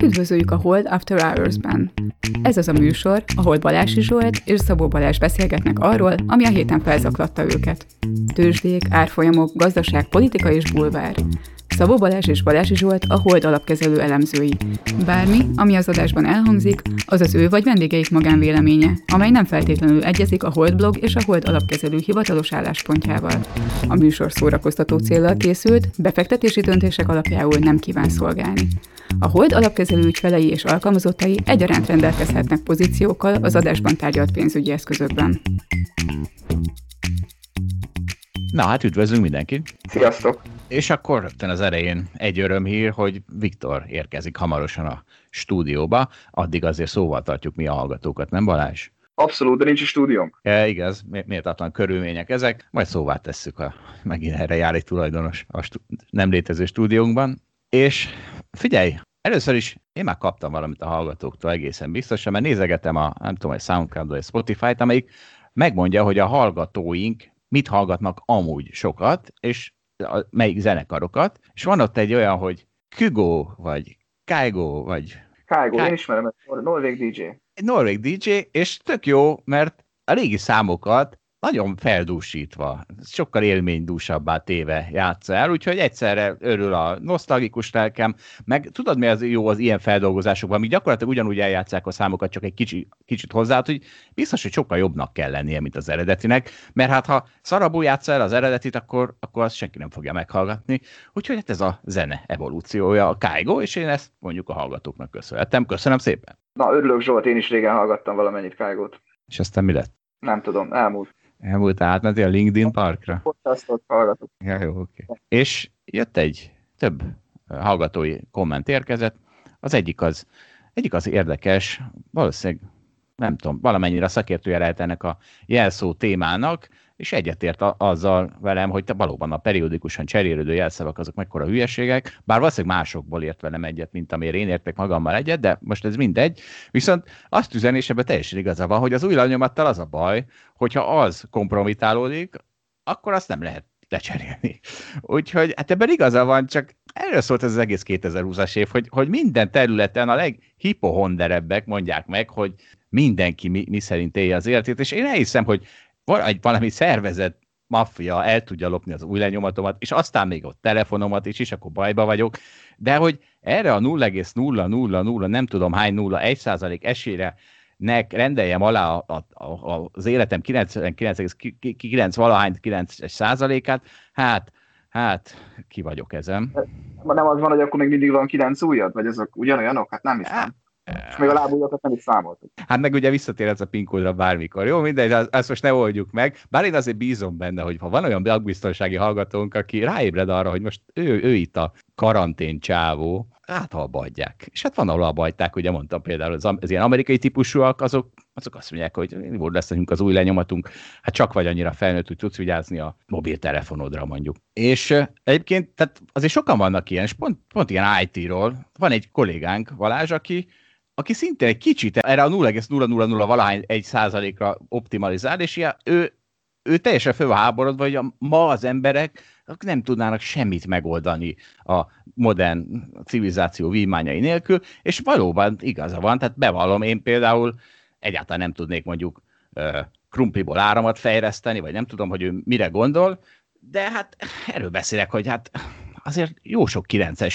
Üdvözöljük a Hold After Hours-ben! Ez az a műsor, ahol Balási Zsolt és Szabó Balázs beszélgetnek arról, ami a héten felzaklatta őket. Tőzsdék, árfolyamok, gazdaság, politika és bulvár. Szabó Balázs és Balási Zsolt a Hold alapkezelő elemzői. Bármi, ami az adásban elhangzik, az az ő vagy vendégeik magánvéleménye, amely nem feltétlenül egyezik a Hold blog és a Hold alapkezelő hivatalos álláspontjával. A műsor szórakoztató céllal készült, befektetési döntések alapjául nem kíván szolgálni. A Hold alapkezelő ügyfelei és alkalmazottai egyaránt rendelkezhetnek pozíciókkal az adásban tárgyalt pénzügyi eszközökben. Na hát üdvözlünk mindenkit! Sziasztok! És akkor rögtön az elején egy örömhír, hogy Viktor érkezik hamarosan a stúdióba, addig azért szóval tartjuk mi a hallgatókat, nem Balázs? Abszolút, de nincs is stúdiónk. Igaz, méltatlan körülmények ezek, majd szóvá tesszük, megint erre jár egy tulajdonos a nem létező stúdiónkban. És figyelj, először is én már kaptam valamit a hallgatóktól egészen biztosan, mert nézegetem nem tudom, egy SoundCloud vagy Spotify-t, amelyik megmondja, hogy a hallgatóink mit hallgatnak amúgy sokat, és melyik zenekarokat, és van ott egy olyan, hogy Kygo, vagy Kygo, vagy... Kygo, én ismerem, ez norvég DJ. Egy norvég DJ, és tök jó, mert a régi számokat nagyon feldúsítva, sokkal élménydúsabbá téve játsza el, úgyhogy egyszerre örül a nosztalgikus lelkem, meg tudod mi az jó az ilyen feldolgozásokban, amíg gyakorlatilag ugyanúgy eljátszák a számokat, csak egy kicsit hozzá, hogy biztos, hogy sokkal jobbnak kell lennie, mint az eredetinek, mert hát ha szarabul játsza el az eredetit, akkor azt senki nem fogja meghallgatni, úgyhogy hát ez a zene evolúciója a Kygo, és én ezt mondjuk a hallgatóknak köszönhetem. Köszönöm szépen! Na, örülök Zsolt, én is régen hallgattam valamennyit Kygot. És aztán mi lett? Nem tudom, elmúlt. Elmúlt átmentél a LinkedIn Parkra? Podcastot hallgatok. Ja, jó, oké. És jött több hallgatói komment érkezett. Az egyik az érdekes, valószínűleg, nem tudom, valamennyire szakértője lehet ennek a jelszó témának, és egyetért azzal velem, hogy valóban a periódikusan cserélődő jelszavak azok mekkora hülyeségek, bár valószínűleg másokból ért velem egyet, mint amire én értek magammal egyet, de most ez mindegy. Viszont azt üzeni, és ebben teljesen igaza van, hogy az új lenyomattal az a baj, hogyha az kompromitálódik, akkor azt nem lehet lecserélni. Úgyhogy hát ebben igaza van, csak erről szólt ez az egész 2020-as év, hogy minden területen a leghipohonderebbek mondják meg, hogy mindenki mi szerint élje az életét, és én elhiszem, hogy valami szervezett maffia el tudja lopni az új lenyomatomat, és aztán még ott telefonomat is, és akkor bajba vagyok, de hogy erre a 0,000 nem tudom hány 0,1% esélyre rendeljem alá az életem 99,9 valahány 9%-át, hát ki vagyok ezen. Nem az van, hogy akkor még mindig van 9 újad? Vagy azok ugyanolyanok? Hát nem hiszem. És még a lábújakat nem is számoltuk. Hát meg ugye visszatérhetsz a PIN kódra bármikor. Jó, mindegy, azt most ne oldjuk meg. Bár én azért bízom benne, hogy ha van olyan megbiztonsági hallgatónk, aki ráébred arra, hogy most ő itt a karantén csávó, hát ha abba adják. És hát van, ahol abba hagyták, ugye mondtam például, az ilyen amerikai típusúak, azok azt mondják, hogy mi lesz nekünk az új lenyomatunk, hát csak vagy annyira felnőtt, hogy tudsz vigyázni a mobiltelefonodra mondjuk. És egyébként tehát azért sokan vannak ilyen, és pont ilyen IT-ról. Van egy kollégánk, Balázs, aki szintén egy kicsit erre a 0,000 valahány 1%-ra optimalizál, és ő teljesen föl van háborodva, hogy ma az emberek nem tudnának semmit megoldani a modern civilizáció vívmányai nélkül, és valóban igaza van, tehát bevallom, én például egyáltalán nem tudnék mondjuk krumpliból áramot fejleszteni, vagy nem tudom, hogy ő mire gondol, de hát erről beszélek, hogy hát azért jó sok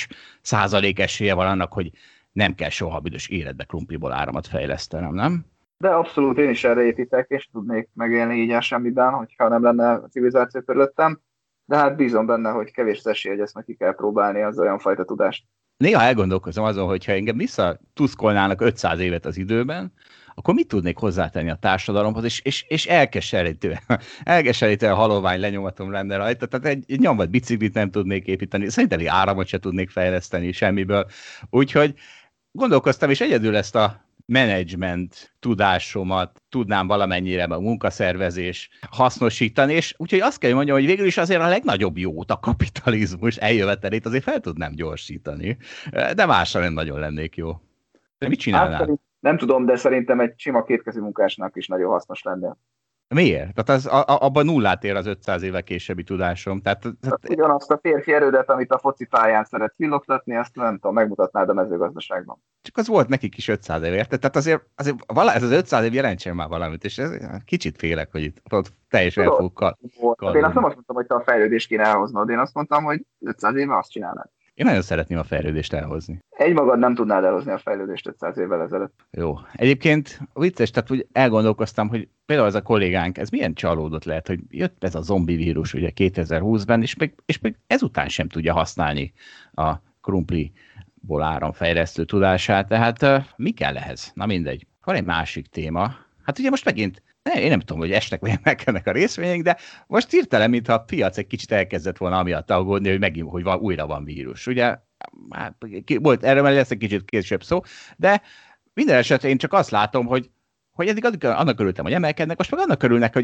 9% esélye van annak, hogy nem kell soha büdös életbe krumpliból áramot fejlesztenem, nem? De abszolút én is erre építek, és tudnék megélni így semmiben, hogyha nem lenne a civilizáció körülöttem. De hát bízom benne, hogy kevés az esély, hogy ezt meg ki kell próbálni, az olyan fajta tudást. Néha elgondolkozom azon, hogyha engem visszatuszkolnának 500 évet az időben, akkor mit tudnék hozzátenni a társadalomhoz, és elkeserítően halovány lenyomatom lenne rajta, tehát egy nyomvat biciklit nem tudnék építeni, szerintem egy áramot se tudnék fejleszteni semmiből. Úgyhogy gondolkoztam, és egyedül ezt a menedzsment tudásomat tudnám valamennyire a munkaszervezés hasznosítani, és úgyhogy azt kell, hogy mondjam, hogy végül is azért a legnagyobb jót, a kapitalizmus eljövetelét azért fel tudnám gyorsítani, de másra nem nagyon lennék jó. De mit csinálnál? Nem tudom, de szerintem egy sima kétkezi munkásnak is nagyon hasznos lenne. Miért? Tehát abban nullát ér az 500 éve későbbi tudásom. Tehát ugyanazt a férfi erődet, amit a focipályán szeret villogtatni, azt nem tudom, megmutatnád a mezőgazdaságban. csak az volt nekik is 500 év, érted? Tehát azért ez az 500 év jelentsen már valamit, és ez, kicsit félek, hogy itt teljesen el fogok Én azt nem azt mondtam, hogy te a fejlődést kéne elhoznod, én azt mondtam, hogy 500 éve azt csinálnád. Én nagyon szeretném a fejlődést elhozni. Egymagad nem tudnád elhozni a fejlődést 500 évvel ezelőtt. Jó. Egyébként vicces, tehát úgy elgondolkoztam, hogy például ez a kollégánk, ez milyen csalódott lehet, hogy jött ez a zombi vírus ugye 2020-ben, és még ezután sem tudja használni a krumpliból áramfejlesztő tudását. Tehát mi kell ehhez? Na mindegy. Van egy másik téma. Hát ugye most megint én nem tudom, hogy esnek vagy megkennek a részvények, de most hirtelen, mintha a piac egy kicsit elkezdett volna amiatt aggódni, hogy megint, hogy újra van vírus. Ugye, hát, volt erről mellé lesz egy kicsit később szó, de minden esetre én csak azt látom, hogy eddig annak örültem, hogy emelkednek, most meg annak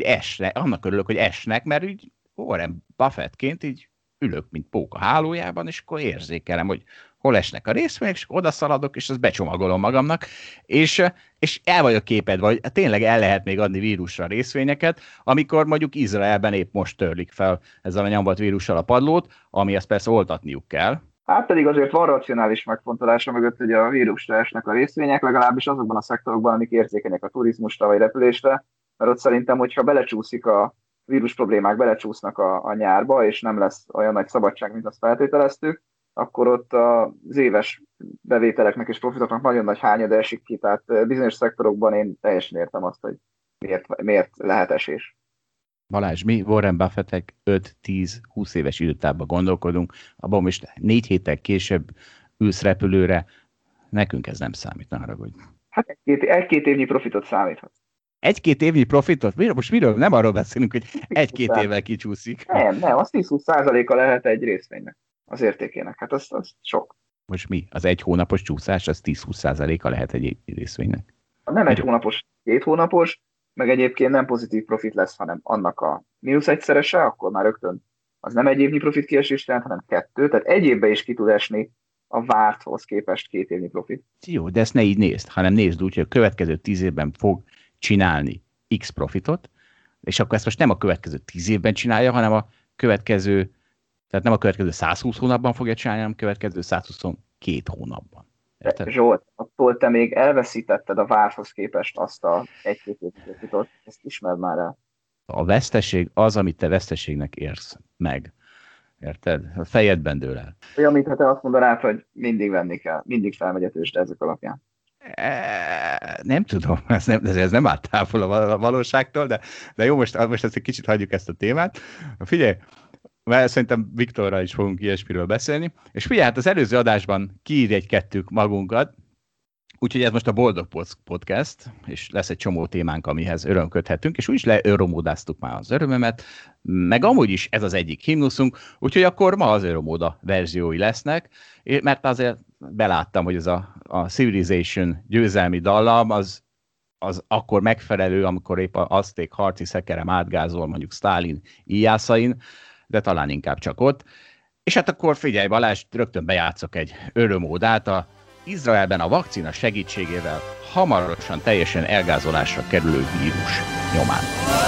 örülök, hogy esnek, mert így Warren Buffettként így ülök, mint póka hálójában, és akkor érzékelem, hogy hol esnek a részvények, és oda szaladok, és azt becsomagolom magamnak, és el vagyok képedve, hogy tényleg el lehet még adni vírusra részvényeket, amikor mondjuk Izraelben épp most törlik fel ezzel a nyomvat vírussal a padlót, ami ezt persze oltatniuk kell. Hát pedig azért van racionális megfontolása mögött, hogy a vírusra esnek a részvények, legalábbis azokban a szektorokban, amik érzékenyek a turizmusra vagy repülésre, mert ott szerintem, hogyha belecsúszik a vírus problémák, belecsúsznak a nyárba, és nem lesz olyan nagy szabadság, mint azt feltételeztük, akkor ott az éves bevételeknek és profitoknak nagyon nagy hányada esik ki, tehát bizonyos szektorokban én teljesen értem azt, hogy miért lehet esés. Balázs, mi Warren Buffettek 5-10-20 éves időtávban gondolkodunk, abban most 4 héttel később ülsz repülőre, nekünk ez nem számít, ne haragudj. Hát egy-két évnyi profitot számíthat. Egy-két évnyi profitot? Most miről? Nem arról beszélünk, hogy 1-2 évvel kicsúszik. Nem, az 10-20%-a lehet egy részvénynek, az értékének. Hát az sok. Most mi? Az 1 hónapos csúszás, az 10-20%-a lehet egy részvénynek? Nem 1 hónapos, 2 hónapos, meg egyébként nem pozitív profit lesz, hanem annak a mínusz egyszerese, akkor már rögtön az nem egy évnyi profit kiesést jelent, hanem 2. Tehát egy évben is ki tud esni a várthoz képest 2 évnyi profit. Jó, de ezt ne így nézd, hanem nézd úgy, hogy a következő 10 évben fog csinálni X profitot, és akkor ezt most nem a következő 10 évben csinálja, hanem a következő, tehát nem a következő 120 hónapban fogja csinálni, hanem a következő 122 hónapban. Érted? Zsolt, attól te még elveszítetted a várhoz képest azt a 1-2 évnyi profitot, ezt ismerd már el. A veszteség az, amit te veszteségnek érsz meg. Érted? A fejedben dől el. Olyan, mintha te azt mondanád, hogy mindig venni kell, mindig felmegy a tőzsde ezek alapján. Nem tudom, ez nem áll távol a valóságtól, de jó, most ezt egy kicsit hagyjuk ezt a témát. Figyelj, mert szerintem Viktorral is fogunk ilyesmiről beszélni, és figyelj, hát az előző adásban kiírjegykedtük magunkat, úgyhogy ez most a Boldog Podcast, és lesz egy csomó témánk, amihez örömködhetünk, és úgyis leörömódáztuk már az örömömet, meg amúgy is ez az egyik himnuszunk, úgyhogy akkor ma az örömóda verziói lesznek, mert azért beláttam, hogy ez a Civilization győzelmi dallam, az akkor megfelelő, amikor épp az azték harci szekerem átgázol mondjuk Sztálin íjászain, de talán inkább csak ott. És hát akkor figyelj Balázs, rögtön bejátszok egy örömódát, Izraelben a vakcina segítségével hamarosan teljesen elgázolásra kerülő vírus nyomán.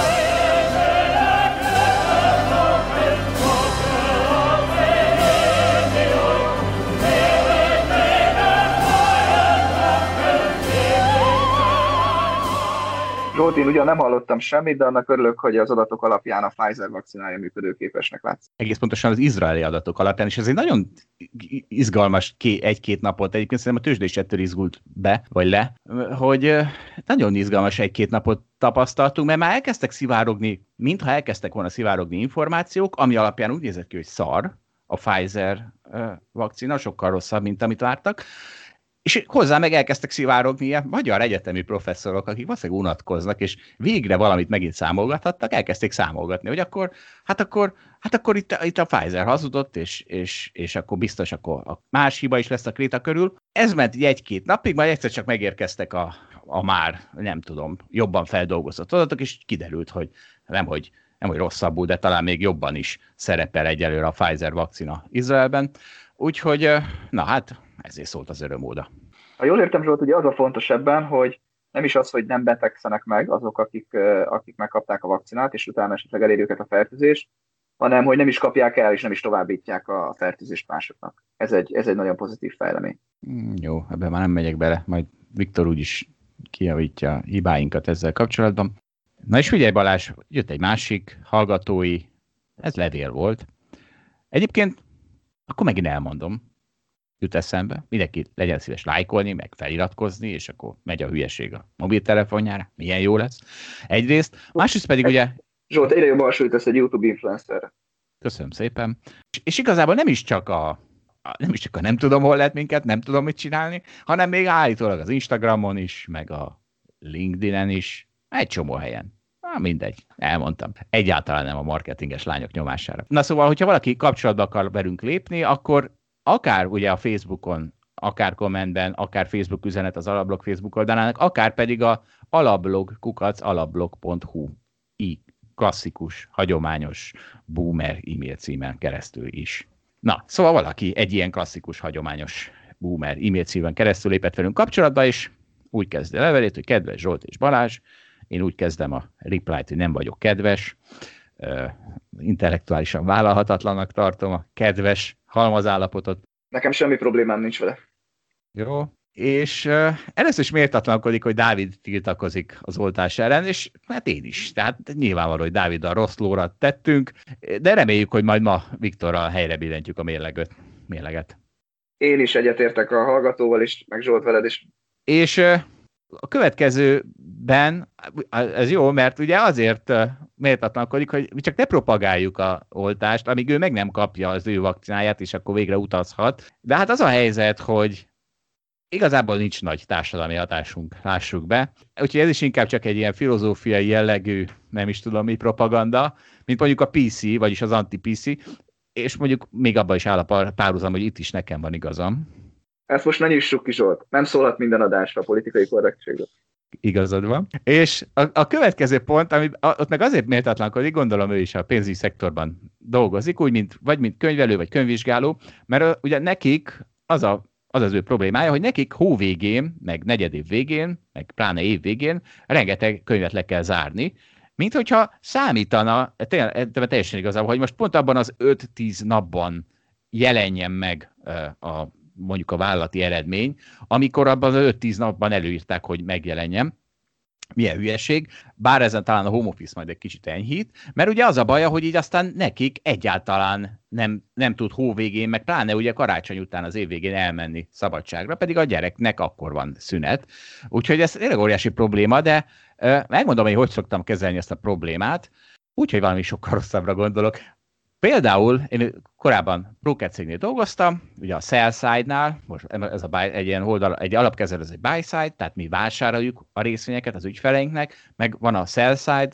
Zsolt, én ugyan nem hallottam semmit, de annak örülök, hogy az adatok alapján a Pfizer vakcinája működőképesnek látszik. Egész pontosan az izraeli adatok alapján, és ez egy nagyon izgalmas 1-2 napot, egyébként szerintem a tőzsde is ettől izgult be, vagy le, hogy nagyon izgalmas 1-2 napot tapasztaltunk, mert már elkezdtek szivárogni, mintha elkezdtek volna szivárogni információk, ami alapján úgy nézett ki, hogy szar a Pfizer vakcina, sokkal rosszabb, mint amit vártak, és hozzá meg elkezdtek szivárogni ilyen magyar egyetemi professzorok, akik valószínűleg unatkoznak, és végre valamit megint számolgathattak, elkezdték számolgatni, hogy akkor itt a Pfizer hazudott, és akkor biztos akkor más hiba is lesz a kréta körül. Ez ment 1-2 napig, majd egyszer csak megérkeztek a már, nem tudom, jobban feldolgozott adatok, és kiderült, hogy nem hogy rosszabbul, de talán még jobban is szerepel egyelőre a Pfizer vakcina Izraelben. Úgyhogy, na hát, ezért szólt az örömóda. Ha jól értem, Zsolt, ugye az a fontos ebben, hogy nem is az, hogy nem betegszenek meg azok, akik megkapták a vakcinát, és utána esetleg eléri őket a fertőzés, hanem hogy nem is kapják el, és nem is továbbítják a fertőzést másoknak. Ez egy nagyon pozitív fejlemény. Jó, ebben már nem megyek bele, majd Viktor úgyis kijavítja hibáinkat ezzel kapcsolatban. Na és figyelj Balázs, jött egy másik hallgatói, ez levél volt. Egyébként akkor megint elmondom, jut eszembe, mindenki legyen szíves lájkolni, meg feliratkozni, és akkor megy a hülyeség a mobiltelefonjára, milyen jó lesz. Egyrészt, másrészt pedig ugye... Zsolt, egyre jobban hasonlítasz egy YouTube influencerre. Köszönöm szépen. És igazából nem is csak a nem tudom, hol lehet minket, nem tudom, mit csinálni, hanem még állítólag az Instagramon is, meg a LinkedInen is, egy csomó helyen. Mindegy, elmondtam. Egyáltalán nem a marketinges lányok nyomására. Na szóval, hogyha valaki kapcsolatba akar velünk lépni, akkor akár ugye a Facebookon, akár kommentben, akár Facebook üzenet az Alablog Facebook oldalának, akár pedig a alablog@alablog.hu klasszikus, hagyományos boomer e-mail címen keresztül is. Na, szóval valaki egy ilyen klasszikus, hagyományos boomer e-mail címen keresztül lépett velünk kapcsolatba, és úgy kezdte levelét, hogy kedves Zsolt és Balázs, én úgy kezdem a reply-t, hogy nem vagyok kedves, intellektuálisan vállalhatatlanak tartom a kedves halmazállapotot. Nekem semmi problémám nincs vele. Jó, és először is méltatlankodik, hogy Dávid tiltakozik az oltás ellen, és hát én is. Tehát nyilvánvaló, hogy Dáviddal rossz lóra tettünk, de reméljük, hogy majd ma Viktorral helyre billentjük a mérleget. Én is egyetértek a hallgatóval is, meg Zsolt veled is. És a következőben, ez jó, mert ugye azért méltatlankodik, hogy mi csak ne propagáljuk a oltást, amíg ő meg nem kapja az ő vakcináját, és akkor végre utazhat. De hát az a helyzet, hogy igazából nincs nagy társadalmi hatásunk, lássuk be. Úgyhogy ez is inkább csak egy ilyen filozófiai jellegű, nem is tudom mi propaganda, mint mondjuk a PC, vagyis az anti-PC, és mondjuk még abban is áll a párhuzam, hogy itt is nekem van igazam. Ezt most ne nyissuk ki, Zsolt. Nem szólhat minden adásra a politikai korrektségről. Igazad van. És a következő pont, ott meg azért méltatlankodik, gondolom ő is a pénzügyi szektorban dolgozik, úgy, mint könyvelő vagy könyvvizsgáló, mert ugye nekik az ő problémája, hogy nekik hó végén, meg negyedév végén, meg pláne év végén rengeteg könyvet le kell zárni, mint hogyha számítana, teljesen igazából, hogy most pont abban az 5-10 napban jelenjen meg mondjuk a vállalati eredmény, amikor abban az 5-10 napban előírták, hogy megjelenjen. Milyen hülyeség, bár ezen talán a home office majd egy kicsit enyhít, mert ugye az a baja, hogy így aztán nekik egyáltalán nem tud hó végén, meg pláne ugye karácsony után az év végén elmenni szabadságra, pedig a gyereknek akkor van szünet. Úgyhogy ez tényleg óriási probléma, de megmondom, hogy szoktam kezelni ezt a problémát, úgyhogy valami sokkal rosszabbra gondolok. Például én korábban broker cégnél dolgoztam, ugye a sell side-nál, most ez egy ilyen oldal, egy alapkezelő, ez egy buy side, tehát mi vásároljuk a részvényeket az ügyfeleinknek, meg van a sell side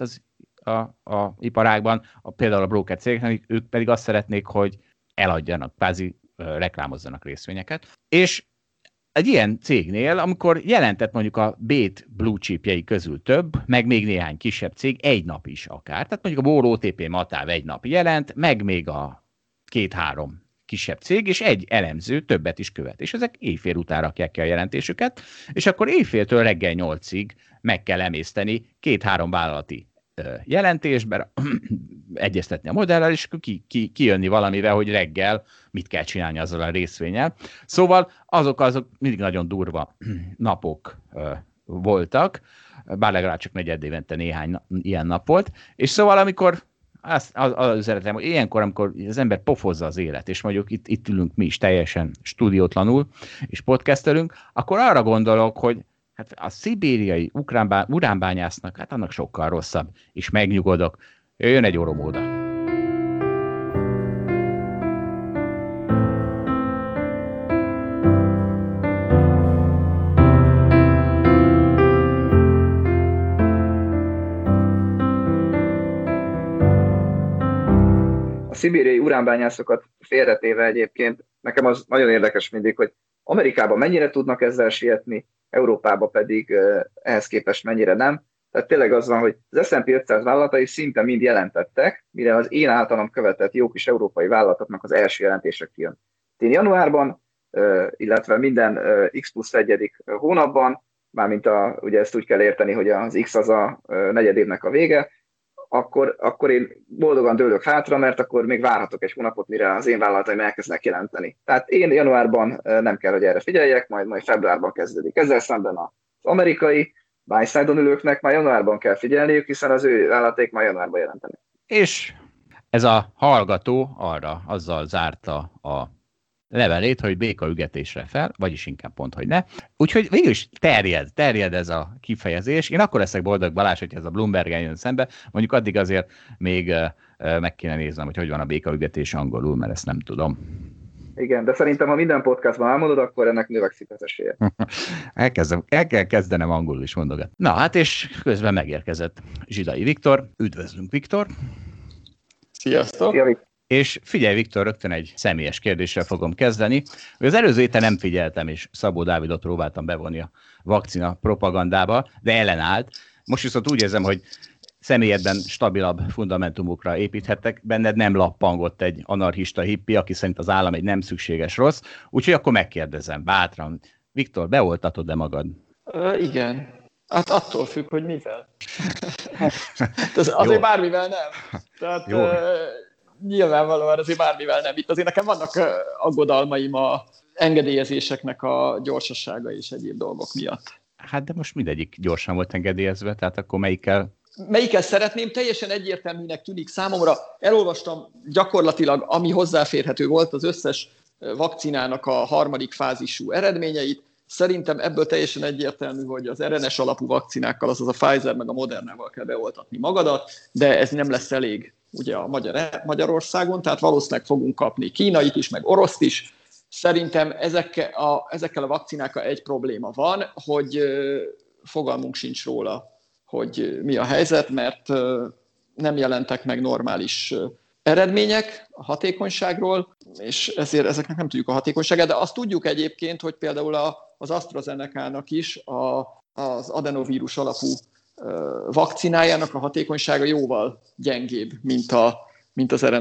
a iparágban, például a broker cégeknek, ők pedig azt szeretnék, hogy eladjanak, kvázi reklámozzanak részvényeket. És egy ilyen cégnél, amikor jelentett mondjuk a bét blue chipjei közül több, meg még néhány kisebb cég, egy nap is akár. Tehát mondjuk a Bór OTP Matáv egy nap jelent, meg még a 2-3 kisebb cég, és egy elemző többet is követ. És ezek éjfél után rakják ki a jelentésüket, és akkor éjféltől reggel 8-ig meg kell emészteni 2-3 vállalati jelentésben, egyeztetni a modellel, és kijönni valamivel, hogy reggel mit kell csinálni azzal a részvénnyel. Szóval azok mindig nagyon durva napok voltak, bár legalább csak negyed évente néhány ilyen nap volt, és szóval amikor az üzenetem, hogy ilyenkor, amikor az ember pofozza az élet, és mondjuk itt ülünk mi is teljesen stúdiótlanul, és podcastelünk, akkor arra gondolok, hogy hát a szibériai uránbányásznak, hát annak sokkal rosszabb, és megnyugodok. Jön egy oromóda. A szibériai uránbányászokat félretéve egyébként, nekem az nagyon érdekes mindig, hogy Amerikában mennyire tudnak ezzel sietni, Európában pedig ehhez képest mennyire nem. Tehát tényleg az van, hogy az S&P 500 vállalatai szinte mind jelentettek, mire az én általam követett jó kis európai vállalatoknak az első jelentése kijön. Én januárban, illetve minden X+1 hónapban mármint ugye ezt úgy kell érteni, hogy az X az a negyedévnek a vége, akkor én boldogan dőlök hátra, mert akkor még várhatok egy hónapot, mire az én vállalataim elkezdenek jelenteni. Tehát én januárban nem kell, hogy erre figyeljek, majd februárban kezdődik. Ezzel szemben az amerikai buy-side-on ülőknek már januárban kell figyelniük, hiszen az ő vállalataik már januárban jelentenek. És ez a hallgató azzal zárta a levelét, hogy békaügetésre fel, vagyis inkább pont, hogy ne. Úgyhogy végül is terjed ez a kifejezés. Én akkor leszek boldog, Balázs, hogyha ez a Bloomberg jön szembe. Mondjuk addig azért még meg kéne néznem, hogy van a békaügetés angolul, mert ezt nem tudom. Igen, de szerintem, ha minden podcastban elmondod, akkor ennek növekszik az esélye. El kell kezdenem angolul is mondogatni. Na hát, és közben megérkezett Zsidai Viktor. Üdvözlünk, Viktor! Sziasztok! És figyelj, Viktor, rögtön egy személyes kérdéssel fogom kezdeni. Az előző héten nem figyeltem, és Szabó Dávidot próbáltam bevonni a vakcina propagandába, de ellenállt. Most viszont úgy érzem, hogy személyedben stabilabb fundamentumokra építhettek, benned nem lappangott egy anarchista hippi, aki szerint az állam egy nem szükséges rossz, úgyhogy akkor megkérdezem bátran. Viktor, beoltatod-e magad? Igen. Hát attól függ, hogy mivel. Azért bármivel nem. Tehát nyilvánvalóan azért bármivel nem. Itt azért nekem vannak aggodalmaim a engedélyezéseknek a gyorsasága és egyéb dolgok miatt. Hát de most mindegyik gyorsan volt engedélyezve, tehát akkor Melyikkel szeretném? Teljesen egyértelműnek tűnik számomra. Elolvastam gyakorlatilag, ami hozzáférhető volt, az összes vakcinának a harmadik fázisú eredményeit. Szerintem ebből teljesen egyértelmű, hogy az RNS alapú vakcinákkal, azaz a Pfizer meg a Modernával kell beoltatni magadat, de ez nem lesz elég ugye a Magyarországon, tehát valószínűleg fogunk kapni kínait is, meg oroszt is. Szerintem ezekkel a vakcinákkal egy probléma van, hogy fogalmunk sincs róla, hogy mi a helyzet, mert nem jelentek meg normális eredmények a hatékonyságról, és ezért ezeknek nem tudjuk a hatékonyságát, de azt tudjuk egyébként, hogy például az AstraZeneca-nak is az adenovírus alapú vakcinájának a hatékonysága jóval gyengébb, mint az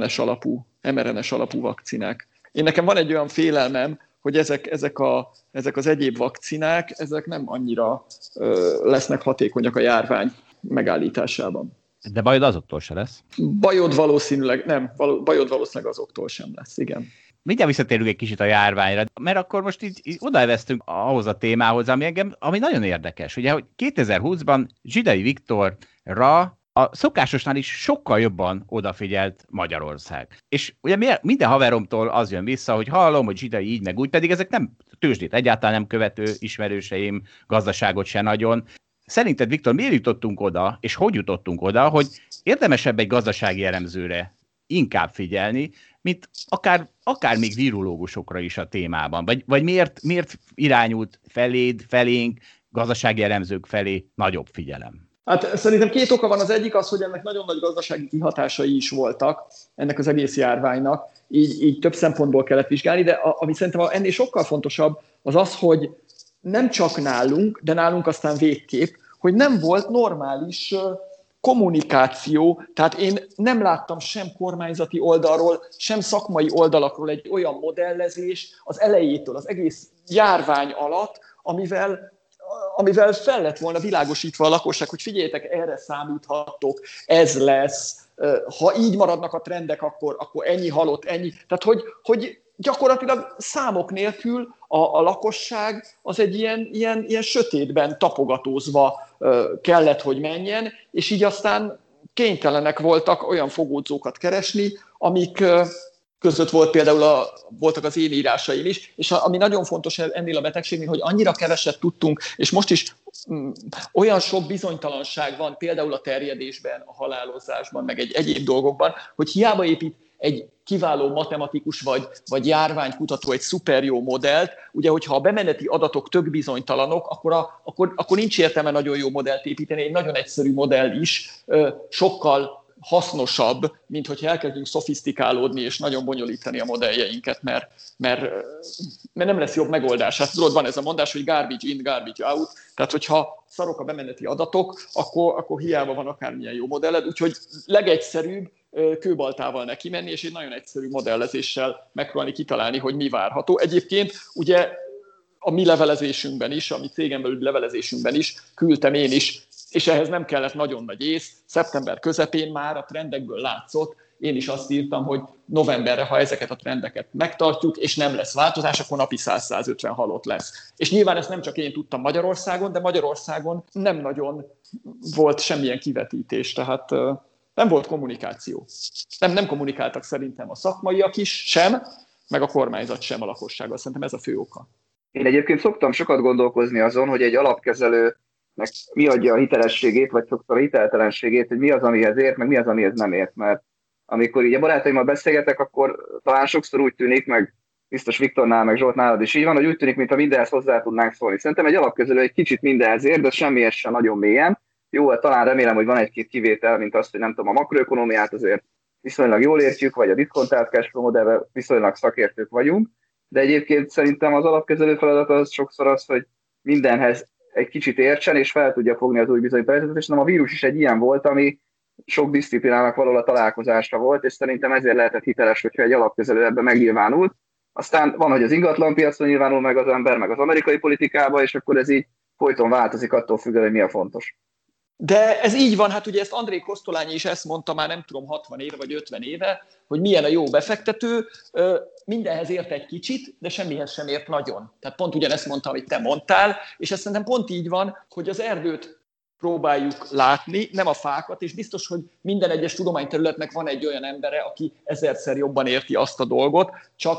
mRNS alapú vakcinák. Nekem van egy olyan félelmem, hogy ezek az egyéb vakcinák, ezek nem annyira lesznek hatékonyak a járvány megállításában. De bajod azoktól se lesz? Bajod valószínűleg azoktól sem lesz, igen. Mindjárt visszatérünk egy kicsit a járványra, mert akkor most így odaveztünk ahhoz a témához, ami nagyon érdekes. Ugye, hogy 2020-ban Zsidai Viktorra a szokásosnál is sokkal jobban odafigyelt Magyarország. És ugye minden haveromtól az jön vissza, hogy hallom, hogy Zsidai így meg úgy, pedig ezek nem tőzsdét egyáltalán nem követő ismerőseim, gazdaságot se nagyon. Szerinted, Viktor, miért jutottunk oda, és hogy jutottunk oda, hogy érdemesebb egy gazdasági elemzőre inkább figyelni, mint akár még virológusokra is a témában? Vagy miért irányult felénk, gazdasági elemzők felé nagyobb figyelem? Hát szerintem két oka van. Az egyik az, hogy ennek nagyon nagy gazdasági kihatásai is voltak ennek az egész járványnak, így több szempontból kellett vizsgálni, de ami szerintem ennél sokkal fontosabb, az az, hogy nem csak nálunk, de nálunk aztán végképp, hogy nem volt normális kommunikáció, tehát én nem láttam sem kormányzati oldalról, sem szakmai oldalakról egy olyan modellezés az elejétől, az egész járvány alatt, amivel fel lett volna világosítva a lakosság, hogy figyeljetek, erre számíthattok, ez lesz, ha így maradnak a trendek, akkor ennyi halott, ennyi. Tehát, hogy gyakorlatilag számok nélkül a lakosság az egy ilyen sötétben tapogatózva kellett, hogy menjen, és így aztán kénytelenek voltak olyan fogódzókat keresni, amik között volt például voltak az én írásaim is, és ami nagyon fontos ennél a betegségnél, hogy annyira keveset tudtunk, és most is olyan sok bizonytalanság van például a terjedésben, a halálozásban, meg egyéb dolgokban, hogy hiába épít egy kiváló matematikus vagy járványkutató egy szuper jó modellt, ugye, hogyha a bemeneti adatok tök bizonytalanok, akkor nincs értelme nagyon jó modellt építeni, egy nagyon egyszerű modell is sokkal hasznosabb, mint hogyha elkezdünk szofisztikálódni és nagyon bonyolítani a modelljeinket, mert nem lesz jobb megoldás. Hát tudod, van ez a mondás, hogy garbage in, garbage out, tehát hogyha szarok a bemeneti adatok, akkor hiába van akármilyen jó modelled, úgyhogy legegyszerűbb kőbaltával neki menni, és egy nagyon egyszerű modellezéssel megpróbálni kitalálni, hogy mi várható. Egyébként ugye a mi levelezésünkben is, a mi cégen belüli levelezésünkben is küldtem én is, és ehhez nem kellett nagyon nagy ész. Szeptember közepén már a trendekből látszott, én is azt írtam, hogy novemberre, ha ezeket a trendeket megtartjuk, és nem lesz változás, akkor napi 100-150 halott lesz. És nyilván ezt nem csak én tudtam Magyarországon, de Magyarországon nem nagyon volt semmilyen kivetítés, tehát nem volt kommunikáció. Nem kommunikáltak szerintem a szakmaiak is sem, meg a kormányzat sem a lakossággal. Szerintem ez a fő oka. Én egyébként szoktam sokat gondolkozni azon, hogy egy alapkezelőnek mi adja a hitelességét, vagy sokszor a hiteltelenségét, hogy mi az, amihez ért, meg mi az, amihez nem ért. Mert amikor így a barátaimmal beszélgetek, akkor talán sokszor úgy tűnik, meg biztos Viktornál, meg Zsolt nálad is így van, hogy úgy tűnik, mintha mindenhez hozzá tudnánk szólni. Szerintem egy alapkezelő egy kicsit mindenhez ért, de semmihez sem nagyon mélyen. Jó, talán remélem, hogy van egy-két kivétel, mint azt, hogy nem tudom, a makroökonómiát azért viszonylag jól értjük, vagy a diszkontált cashflow modellben viszonylag szakértők vagyunk, de egyébként szerintem az alapkezelő feladat az sokszor az, hogy mindenhez egy kicsit értsen, és fel tudja fogni az új bizonyító helyzetet, és nem a vírus is egy ilyen volt, ami sok diszciplinának való a találkozásra volt, és szerintem ezért lehetett hiteles, hogyha egy alapkezelő ebben megnyilvánult. Aztán van, hogy az ingatlanpiacon nyilvánul meg az ember, meg az amerikai politikába, és akkor ez így folyton változik attól függően, hogy mi a fontos. De ez így van, hát ugye ezt André Kosztolányi is ezt mondta már nem tudom 60 éve vagy 50 éve, hogy milyen a jó befektető, mindenhez ért egy kicsit, de semmihez sem ért nagyon. Tehát pont ugyanezt mondta, amit te mondtál, és ez szerintem pont így van, hogy az erdőt próbáljuk látni, nem a fákat, és biztos, hogy minden egyes tudományterületnek van egy olyan embere, aki ezerszer jobban érti azt a dolgot,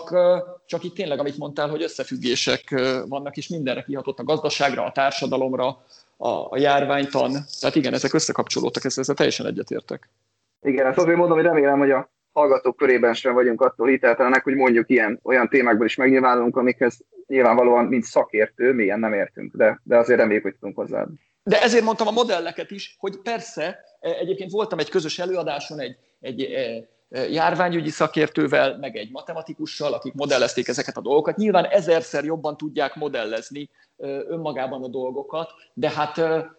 csak itt tényleg, amit mondtál, hogy összefüggések vannak, és mindenre kihatott a gazdaságra, a társadalomra, a járványtan. Tehát igen, ezek összekapcsolódtak, ezzel teljesen egyetértek. Igen, ezt azért mondom, hogy remélem, hogy a hallgatók körében sem vagyunk attól hiteltelenek, hogy mondjuk olyan témákból is megnyilvánulunk, amikhez nyilvánvalóan, mint szakértő, mélyen nem értünk, de azért reméljük, hogy tudunk hozzáadni. De ezért mondtam a modelleket is, hogy persze, egyébként voltam egy közös előadáson egy járványügyi szakértővel, meg egy matematikussal, akik modellezték ezeket a dolgokat. Nyilván ezerszer jobban tudják modellezni önmagában a dolgokat, de hát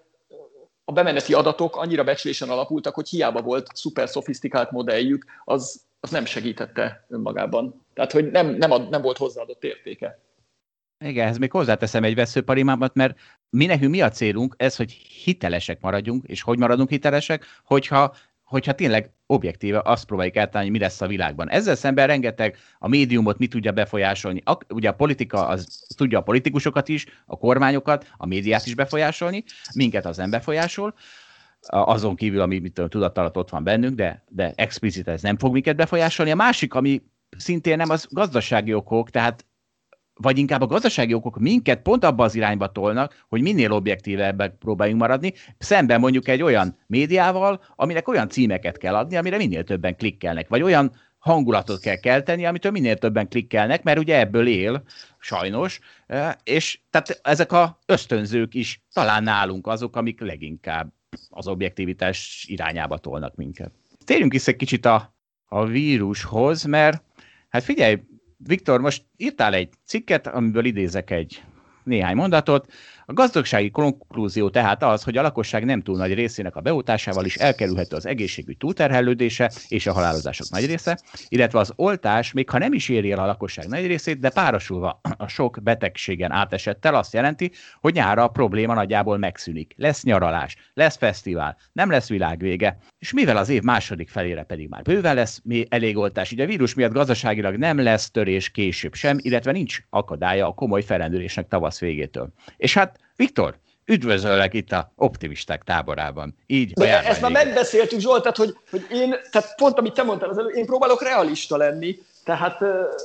a bemeneti adatok annyira becslésen alapultak, hogy hiába volt szuper szofisztikált modelljük, az nem segítette önmagában. Tehát, hogy nem volt hozzáadott értéke. Igen, ez még hozzáteszem egy veszőparimámat, mert nekünk mi a célunk? Ez, hogy hitelesek maradjunk, és hogy maradunk hitelesek, hogyha tényleg objektíve azt próbáljuk eltalálni, mi lesz a világban. Ezzel szemben rengeteg a médiumot mi tudja befolyásolni. Ugye a politika az tudja a politikusokat is, a kormányokat, a médiát is befolyásolni, minket az nem befolyásol, azon kívül, ami tudatalatt ott van bennünk, de explicit ez nem fog minket befolyásolni. A másik, ami szintén nem, az gazdasági okok, tehát vagy inkább a gazdasági okok minket pont abba az irányba tolnak, hogy minél objektívebbek próbáljunk maradni, szemben mondjuk egy olyan médiával, aminek olyan címeket kell adni, amire minél többen klikkelnek, vagy olyan hangulatot kell kelteni, amitől minél többen klikkelnek, mert ugye ebből él, sajnos, és tehát ezek az ösztönzők is talán nálunk azok, amik leginkább az objektivitás irányába tolnak minket. Térjünk vissza egy kicsit a vírushoz, mert hát figyelj, Viktor, most írtál egy cikket, amiből idézek néhány mondatot. A gazdasági konklúzió tehát az, hogy a lakosság nem túl nagy részének a beoltásával is elkerülhető az egészségügy túlterhelődése és a halálozások nagy része, illetve az oltás, még ha nem is éri el a lakosság nagy részét, de párosulva a sok betegségen átesettel azt jelenti, hogy nyárra a probléma nagyjából megszűnik. Lesz nyaralás, lesz fesztivál, nem lesz világvége, és mivel az év második felére pedig már bőven lesz elég oltás, így a vírus miatt gazdaságilag nem lesz törés később sem, illetve nincs akadálya a komoly felrendülésnek tavasz végétől. És hát Viktor, üdvözöllek itt a optimisták táborában. Így de ezt már megbeszéltük, Zsolt, tehát pont amit te mondtál az előbb, én próbálok realista lenni, tehát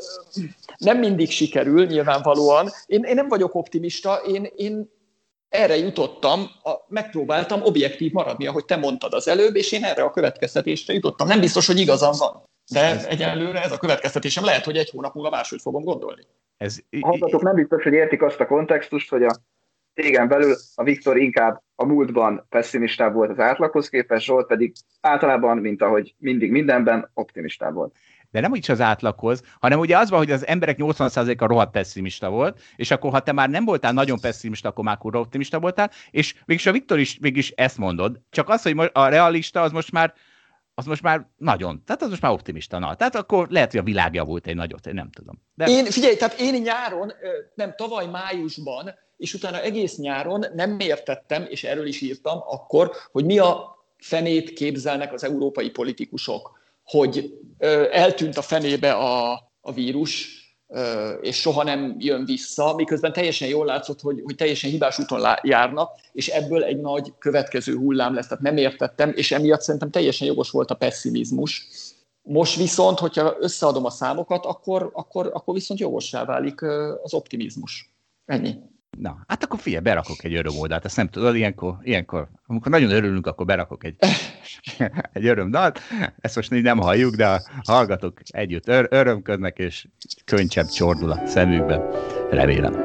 nem mindig sikerül nyilvánvalóan. Én nem vagyok optimista, én erre jutottam, megpróbáltam objektív maradni, ahogy te mondtad az előbb, és én erre a következtetésre jutottam. Nem biztos, hogy igazam van, de egyelőre ez a következtetésem, lehet, hogy egy hónap múlva máshogy fogom gondolni. A hallgatók nem biztos, hogy értik azt a kontextust, hogy a cégen belül a Viktor inkább a múltban pesszimistább volt az átlaghoz képest, Zsolt pedig általában, mint ahogy mindig mindenben, optimistább volt. De nem úgy az átlaghoz, hanem ugye az van, hogy az emberek 80%-a rohadt pessimista volt, és akkor ha te már nem voltál nagyon pessimista, akkor már kurva optimista voltál, és mégis a Viktor is mégis ezt mondod, csak az, hogy a realista az most már az most már nagyon, tehát az most már optimista. Na, tehát akkor lehet, hogy a világ javult egy nagyot, nem tudom. De... Én nyáron, nem, tavaly májusban, és utána egész nyáron nem értettem, és erről is írtam akkor, hogy mi a fenét képzelnek az európai politikusok, hogy eltűnt a fenébe a vírus, és soha nem jön vissza, miközben teljesen jól látszott, hogy teljesen hibás úton járnak, és ebből egy nagy következő hullám lesz. Tehát nem értettem, és emiatt szerintem teljesen jogos volt a pessimizmus. Most viszont, hogyha összeadom a számokat, akkor viszont jogossá válik az optimizmus. Ennyi. Na, hát akkor figyelj, berakok egy örömoldalt, ezt nem tudod, ilyenkor, amikor nagyon örülünk, akkor berakok egy örömdalt, ezt most így nem halljuk, de a hallgatók együtt örömködnek, és könycsepp csordul a szemükben, remélem.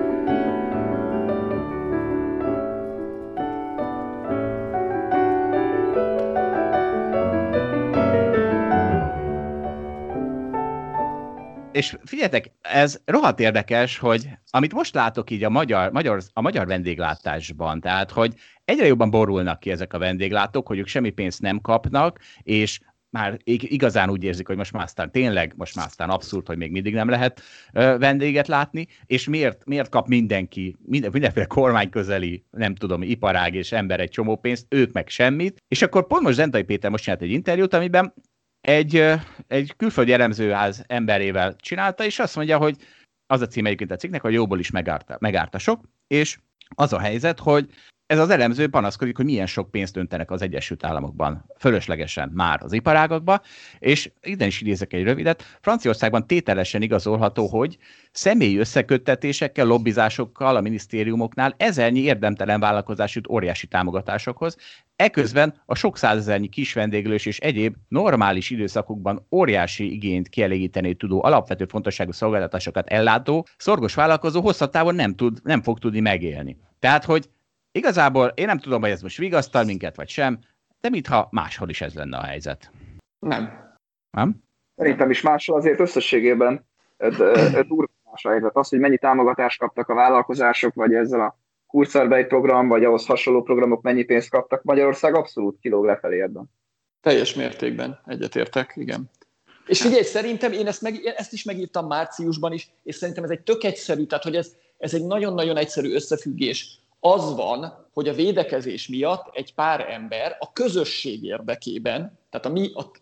És figyeljetek, ez rohadt érdekes, hogy amit most látok így a magyar vendéglátásban, tehát, hogy egyre jobban borulnak ki ezek a vendéglátók, hogy ők semmi pénzt nem kapnak, és már igazán úgy érzik, hogy most már aztán abszurd, hogy még mindig nem lehet vendéget látni, és miért kap mindenféle kormányközeli, nem tudom, iparág és ember egy csomó pénzt, ők meg semmit, és akkor pont most Zentai Péter most csinált egy interjút, amiben egy külföldi elemzőház emberével csinálta, és azt mondja, hogy az a címe egyébként a cikknek, hogy jóból is megárta sok, és az a helyzet, hogy ez az elemző panaszkodik, hogy milyen sok pénzt öntenek az Egyesült Államokban fölöslegesen már az iparágakba, és innen is idézek egy rövidet. Franciaországban tételesen igazolható, hogy személyi összeköttetésekkel, lobbizásokkal a minisztériumoknál ezernyi érdemtelen vállalkozás jut óriási támogatásokhoz, eközben a sok százezernyi kis vendéglős és egyéb normális időszakokban óriási igényt kielégíteni tudó alapvető fontosságú szolgáltatásokat ellátó szorgos vállalkozó hosszabb távon nem fog tudni megélni. Tehát, hogy igazából én nem tudom, hogy ez most vigasztal minket, vagy sem, de mintha máshol is ez lenne a helyzet. Nem? Szerintem is máshol, azért összességében durva más a helyzet. Az, hogy mennyi támogatást kaptak a vállalkozások, vagy ezzel a Kurzarbeit program, vagy ahhoz hasonló programok mennyi pénzt kaptak, Magyarország abszolút kilóg lefelé ebben. Teljes mértékben egyetértek, igen. És figyelj, szerintem én ezt is megírtam márciusban is, és szerintem ez egy tök egyszerű, tehát hogy ez egy nagyon-nagyon egyszerű összefüggés. Az van, hogy a védekezés miatt egy pár ember a közösség érdekében, tehát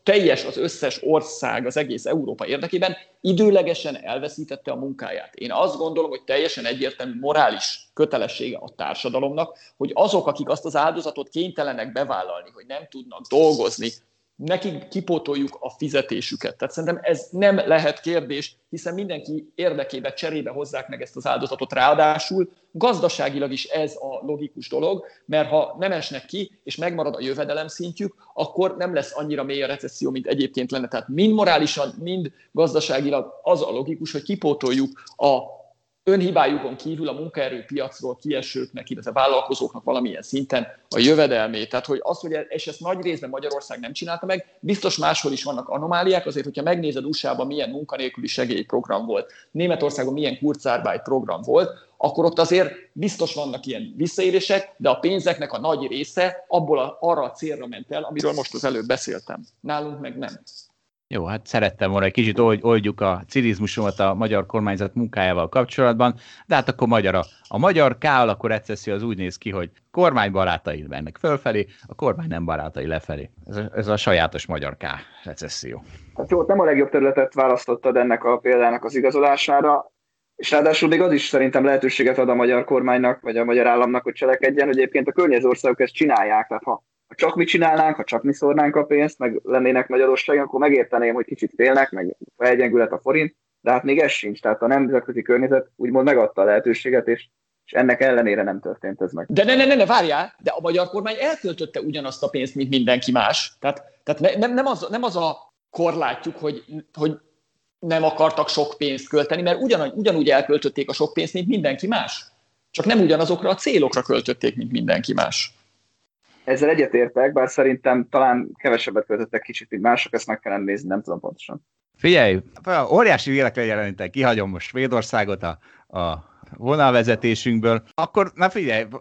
az összes ország, az egész Európa érdekében időlegesen elveszítette a munkáját. Én azt gondolom, hogy teljesen egyértelmű morális kötelessége a társadalomnak, hogy azok, akik azt az áldozatot kénytelenek bevállalni, hogy nem tudnak dolgozni, nekik kipótoljuk a fizetésüket. Tehát szerintem ez nem lehet kérdés, hiszen mindenki érdekében cserébe hozzák meg ezt az áldozatot. Ráadásul gazdaságilag is ez a logikus dolog, mert ha nem esnek ki, és megmarad a jövedelem szintjük, akkor nem lesz annyira mély a recesszió, mint egyébként lenne. Tehát mind morálisan, mind gazdaságilag az a logikus, hogy kipótoljuk a önhibájukon kívül a munkaerőpiacról kiesőknek, illetve vállalkozóknak valamilyen szinten a jövedelmét. Tehát, hogy és ezt nagy részben Magyarország nem csinálta meg, biztos máshol is vannak anomáliák, azért, hogyha megnézed USA-ban milyen munkanélküli segélyprogram volt, Németországon milyen Kurzarbeit program volt, akkor ott azért biztos vannak ilyen visszaérések, de a pénzeknek a nagy része arra a célra ment el, amiről most az előbb beszéltem. Nálunk meg nem. Jó, hát szerettem volna egy kicsit oldjuk a cinizmusomat a magyar kormányzat munkájával kapcsolatban, de hát akkor a magyar K alakú recesszió az úgy néz ki, hogy kormánybarátai mennek fölfelé, a kormány nem barátai lefelé. Ez a sajátos magyar K recesszió. Hát jó, nem a legjobb területet választottad ennek a példának az igazolására, és ráadásul még az is szerintem lehetőséget ad a magyar kormánynak, vagy a magyar államnak, hogy cselekedjen, hogy egyébként a környező országok ezt csinálják, tehát ha csak mi csinálnánk, ha csak mi szórnánk a pénzt, meg lennének nagy adósságok, akkor megérteném, hogy kicsit félnek, meg felgyengülhet a forint, de hát még ez sincs. Tehát a nemzetközi környezet úgymond megadta a lehetőséget, és ennek ellenére nem történt ez meg. De ne, várjál, de a magyar kormány elköltötte ugyanazt a pénzt, mint mindenki más. Tehát nem az a korlátjuk, hogy nem akartak sok pénzt költeni, mert ugyanúgy elköltötték a sok pénzt, mint mindenki más. Csak nem ugyanazokra a célokra költötték, mint mindenki más. Ezzel egyetértek, bár szerintem talán kevesebbet költöttek kicsit, mint mások, ezt meg kellene nézni, nem tudom pontosan. Figyelj, óriási vélekre jelenítek, kihagyom most Svédországot a vonalvezetésünkből. Akkor, na figyelj,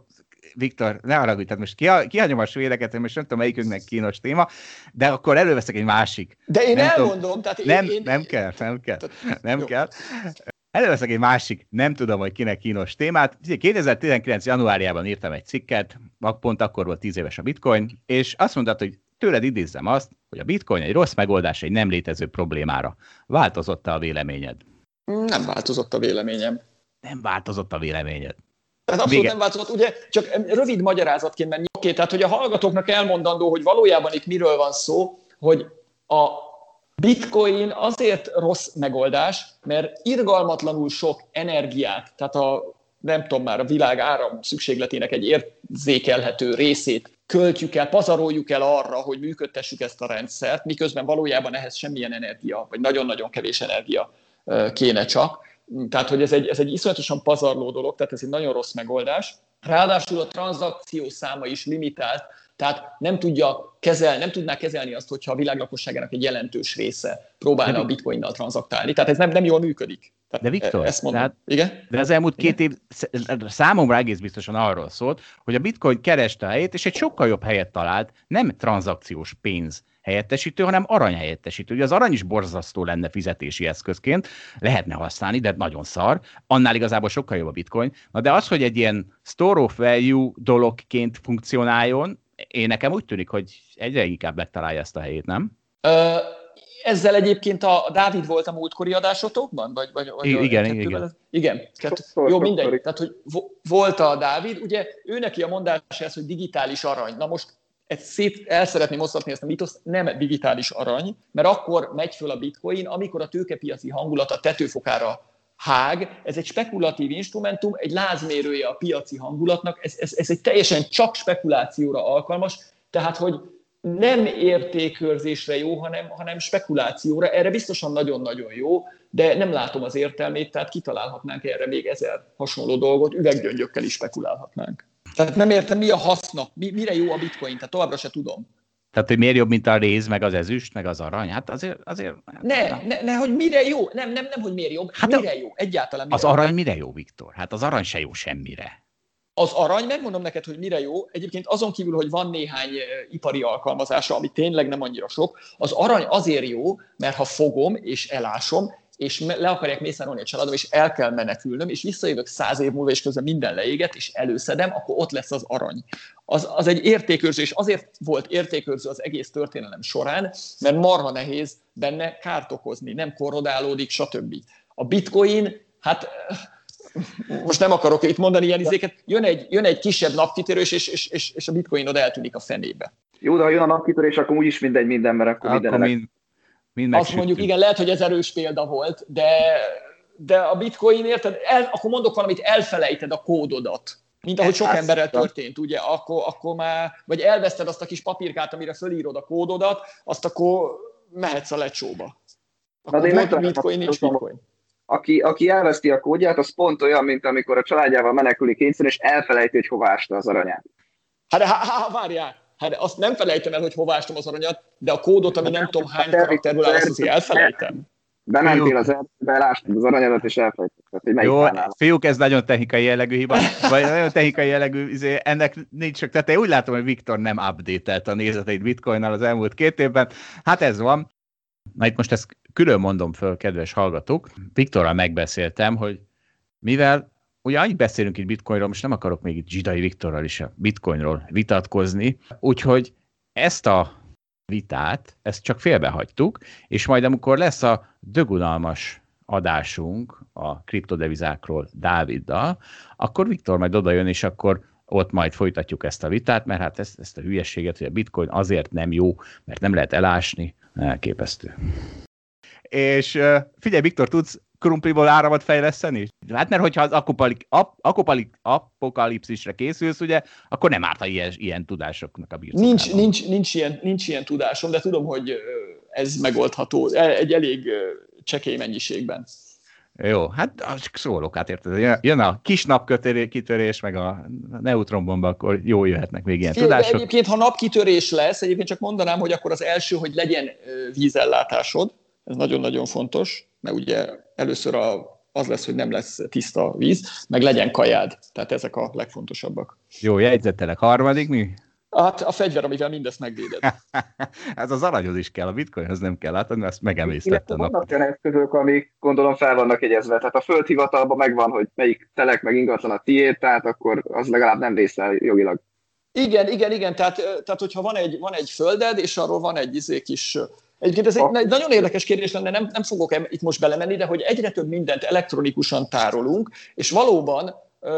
Viktor, ne haragudj, tehát most kihagyom a svédeket, én most nem tudom, melyikünknek kínos téma, de akkor előveszek egy másik. De én elmondom, tehát nem kell. Előveszek egy másik, nem tudom, hogy kinek kínos témát. 2019. januárjában írtam egy cikket, pont akkor volt 10 éves a bitcoin, és azt mondtad, hogy tőled idézzem azt, hogy a bitcoin egy rossz megoldás egy nem létező problémára. Változott-e a véleményed? Nem változott a véleményem. Nem változott a véleményed. Tehát abszolút nem változott, ugye, csak rövid magyarázatként menni. Oké, tehát hogy a hallgatóknak elmondandó, hogy valójában itt miről van szó, hogy a bitcoin azért rossz megoldás, mert irgalmatlanul sok energiát, tehát nem tudom már, a világ áram szükségletének egy érzékelhető részét költjük el, pazaroljuk el arra, hogy működtessük ezt a rendszert, miközben valójában ehhez semmilyen energia, vagy nagyon-nagyon kevés energia kéne csak. Tehát, hogy ez egy iszonyatosan pazarló dolog, tehát ez egy nagyon rossz megoldás. Ráadásul a tranzakció száma is limitált, tehát nem tudná kezelni azt, hogyha a világ lakosságának egy jelentős része próbálna a bitcoinnal tranzaktálni. Tehát ez nem jól működik. Tehát de Viktor, ezt mondom. Igen? De az elmúlt 2 év számomra egész biztosan arról szólt, hogy a bitcoin kereste a helyét, és egy sokkal jobb helyet talált, nem tranzakciós pénz helyettesítő, hanem arany helyettesítő. Ugye az arany is borzasztó lenne fizetési eszközként, lehetne használni, de nagyon szar. Annál igazából sokkal jobb a bitcoin. Na de az, hogy egy ilyen store of value dologként funkcionáljon, nekem úgy tűnik, hogy egyre inkább megtalálja ezt a helyét, nem? Ezzel egyébként a Dávid volt a múltkori adásotokban? Igen. Jó, mindegy. Tehát, hogy volt a Dávid, ugye ő neki a mondása ez, hogy digitális arany. Na most el szeretném osztatni ezt a mitoszt, nem digitális arany, mert akkor megy föl a bitcoin, amikor a tőkepiaci hangulat a tetőfokára hág, ez egy spekulatív instrumentum, egy lázmérője a piaci hangulatnak, ez egy teljesen csak spekulációra alkalmas, tehát hogy nem értékőrzésre jó, hanem spekulációra, erre biztosan nagyon-nagyon jó, de nem látom az értelmét, tehát kitalálhatnánk erre még 1000 hasonló dolgot, üveggyöngyökkel is spekulálhatnánk. Tehát nem értem, mi a haszna, mire jó a bitcoin, tehát továbbra se tudom. Tehát, hogy miért jobb, mint a réz, meg az ezüst, meg az arany? Hát azért... Ne, hogy mire jó? Nem, hogy miért jobb, hát mire jó? Egyáltalán mire az arany mire jó, Viktor? Hát az arany se jó semmire. Az arany, megmondom neked, hogy mire jó. Egyébként azon kívül, hogy van néhány ipari alkalmazása, ami tényleg nem annyira sok, az arany azért jó, mert ha fogom és elásom, és le akarják mészárolni a családom, és el kell menekülnöm, és visszajövök 100 év múlva, és közben minden leéget, és előszedem, akkor ott lesz az arany. Az egy értékőrző, és azért volt értékőrző az egész történelem során, mert marha nehéz benne kárt okozni, nem korrodálódik, stb. A bitcoin, hát most nem akarok itt mondani ilyen izéket, jön egy kisebb napkitörés, és a bitcoinod eltűnik a fenébe. Jó, de ha jön a napkitörés, akkor úgyis mindegy minden, mert akkor minden. Azt mondjuk, igen, lehet, hogy ez erős példa volt, de a bitcoin, érted, akkor mondok valamit, elfelejted a kódodat. Mint ahogy sok emberrel történt, ugye, akkor már, vagy elveszted azt a kis papírkát, amire fölírod a kódodat, azt akkor mehetsz a lecsóba. Akkor volt bitcoin, nincs bitcoin. Aki elveszti a kódját, az pont olyan, mint amikor a családjával menekülik kényszer, és elfelejti, hogy hova ásta az aranyát. Várjál! Hát azt nem felejtem el, hogy hova ástam az aranyat, de a kódot, ami nem tudom hány karakterből áll, azt elfelejtem. Bementél az erdőbe, elástad az aranyadat, és elfelejtetted, hogy melyik jó, állál. Fiúk, ez nagyon technikai jellegű hiba, vagy nagyon technikai jellegű, ennek nincs csak, tehát én úgy látom, hogy Viktor nem update-elt a nézeteit bitcoinnal az elmúlt 2 évben. Hát ez van. Na itt most ezt külön mondom föl, kedves hallgatók. Viktorral megbeszéltem, hogy mivel ugye annyit beszélünk itt bitcoinról, most nem akarok még itt Zsidai Viktorral is a bitcoinról vitatkozni, úgyhogy ezt a vitát, ezt csak félbehagytuk, és majd amikor lesz a dögunalmas adásunk a kriptodevizákról Dáviddal, akkor Viktor majd odajön, és akkor ott majd folytatjuk ezt a vitát, mert hát ezt a hülyeséget, hogy a bitcoin azért nem jó, mert nem lehet elásni, elképesztő. És figyelj, Viktor, tudsz krumpliból áramot fejleszteni? Hát mert hogyha az apokalipszisre készülsz, ugye, akkor nem árt ilyen tudásoknak a birtokában. Nincs ilyen tudásom, de tudom, hogy ez megoldható egy elég csekély mennyiségben. Jó, hát szólok, hát érted, jön a kis napkitörés, meg a neutronbomba, akkor jól jöhetnek még ilyen tudások. Egyébként, ha napkitörés lesz, egyébként csak mondanám, hogy akkor az első, hogy legyen vízellátásod, ez nagyon-nagyon fontos, mert ugye először a az lesz, hogy nem lesz tiszta víz, meg legyen kajád. Tehát ezek a legfontosabbak. Jó, jegyzetelek. Harmadik mi? Hát a fegyver, amivel mindezt megvéded. Ez az aranyhoz is kell, a bitcoinhoz nem kell, látod, ezt megemésztettem. Vannak olyan eszközök, amik gondolom fel vannak jegyezve. Tehát a földhivatalban megvan, hogy melyik telek meg ingatlan a tiéd, tehát akkor az legalább nem vészel jogilag. Igen. Tehát hogyha van egy földed, és arról van egy kis... Egyébként ez egy nagyon érdekes kérdés lenne, nem fogok itt most belemenni, de hogy egyre több mindent elektronikusan tárolunk, és valóban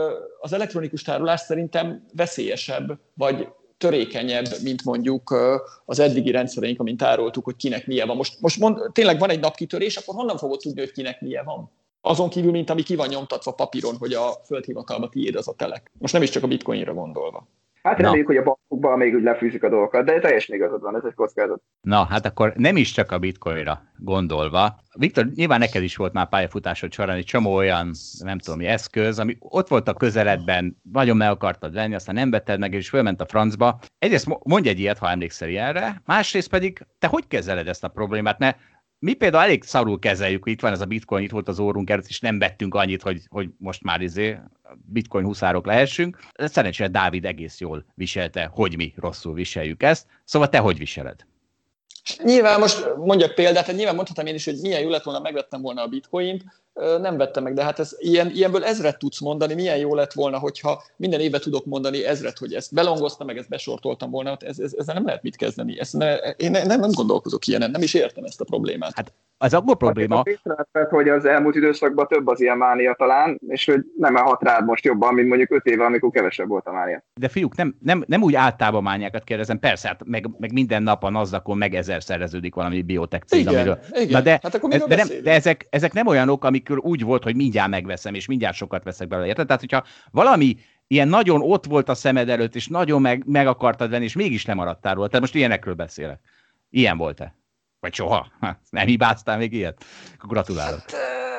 az elektronikus tárolás szerintem veszélyesebb, vagy törékenyebb, mint mondjuk az eddigi rendszereink, amint tároltuk, hogy kinek milyen van. Most tényleg van egy napkitörés, akkor honnan fogod tudni, hogy kinek milyen van? Azon kívül, mint ami ki van nyomtatva papíron, hogy a földhivatalba tiéd az a telek. Most nem is csak a bitcoinra gondolva. Hát reméljük, hogy a bankokban még úgy lefűzik a dolgokat, de teljesen igazad van, ez egy kockázat. Na, hát akkor nem is csak a bitcoinra gondolva. Viktor, nyilván neked is volt már pályafutásod során egy csomó olyan, nem tudom mi eszköz, ami ott volt a közeledben, nagyon meg akartad venni, aztán nem vetted meg, és fölment a francba. Egyrészt mondj egy ilyet, ha emlékszel ilyenre, másrészt pedig te hogy kezeled ezt a problémát? Mert mi például elég szarul kezeljük, itt van ez a bitcoin, itt volt az órunk előtt, és nem vettünk annyit, hogy most már bitcoin huszárok lehessünk. Szerencsére Dávid egész jól viselte, hogy mi rosszul viseljük ezt. Szóval te hogy viseled? Nyilván most mondjak példát, hát nyilván mondhatom én is, hogy milyen jó lett volna, megvettem volna a bitcoint, nem vettem meg, de hát ilyenből ezret tudsz mondani, milyen jó lett volna, hogyha minden évben tudok mondani ezret, hogy ezt belongoztam, meg ezt besortoltam volna, ezzel nem lehet mit kezdeni. Én nem gondolkozok ilyenen, nem is értem ezt a problémát. Hát az akkor probléma... hogy az elmúlt időszakban több az ilyen mánia talán, és hogy nem hat rád most jobban, mint mondjuk 5 éve, amikor kevesebb volt a mánia. De fiúk, nem úgy általában mániákat kérdezem, persze, hát meg minden nap a NASDAQ-on meg 1000 szereződik valami biotech cég, amiről... Igen. Na Hát de ezek nem olyanok, amikor úgy volt, hogy mindjárt megveszem, és mindjárt sokat veszek belőle, érted? Tehát, hogyha valami ilyen nagyon ott volt a szemed előtt, és nagyon meg akartad venni, és mégis lemaradtál róla, tehát most ilyenekről beszélek. Ilyen volt-e? Vagy soha? Nem hibáztál még ilyet? Gratulálok. Hát,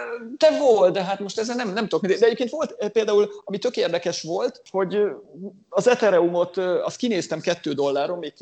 de volt, de hát most ezen nem tudok. De egyébként volt például, ami tök érdekes volt, hogy az Ethereumot, azt kinéztem $2, még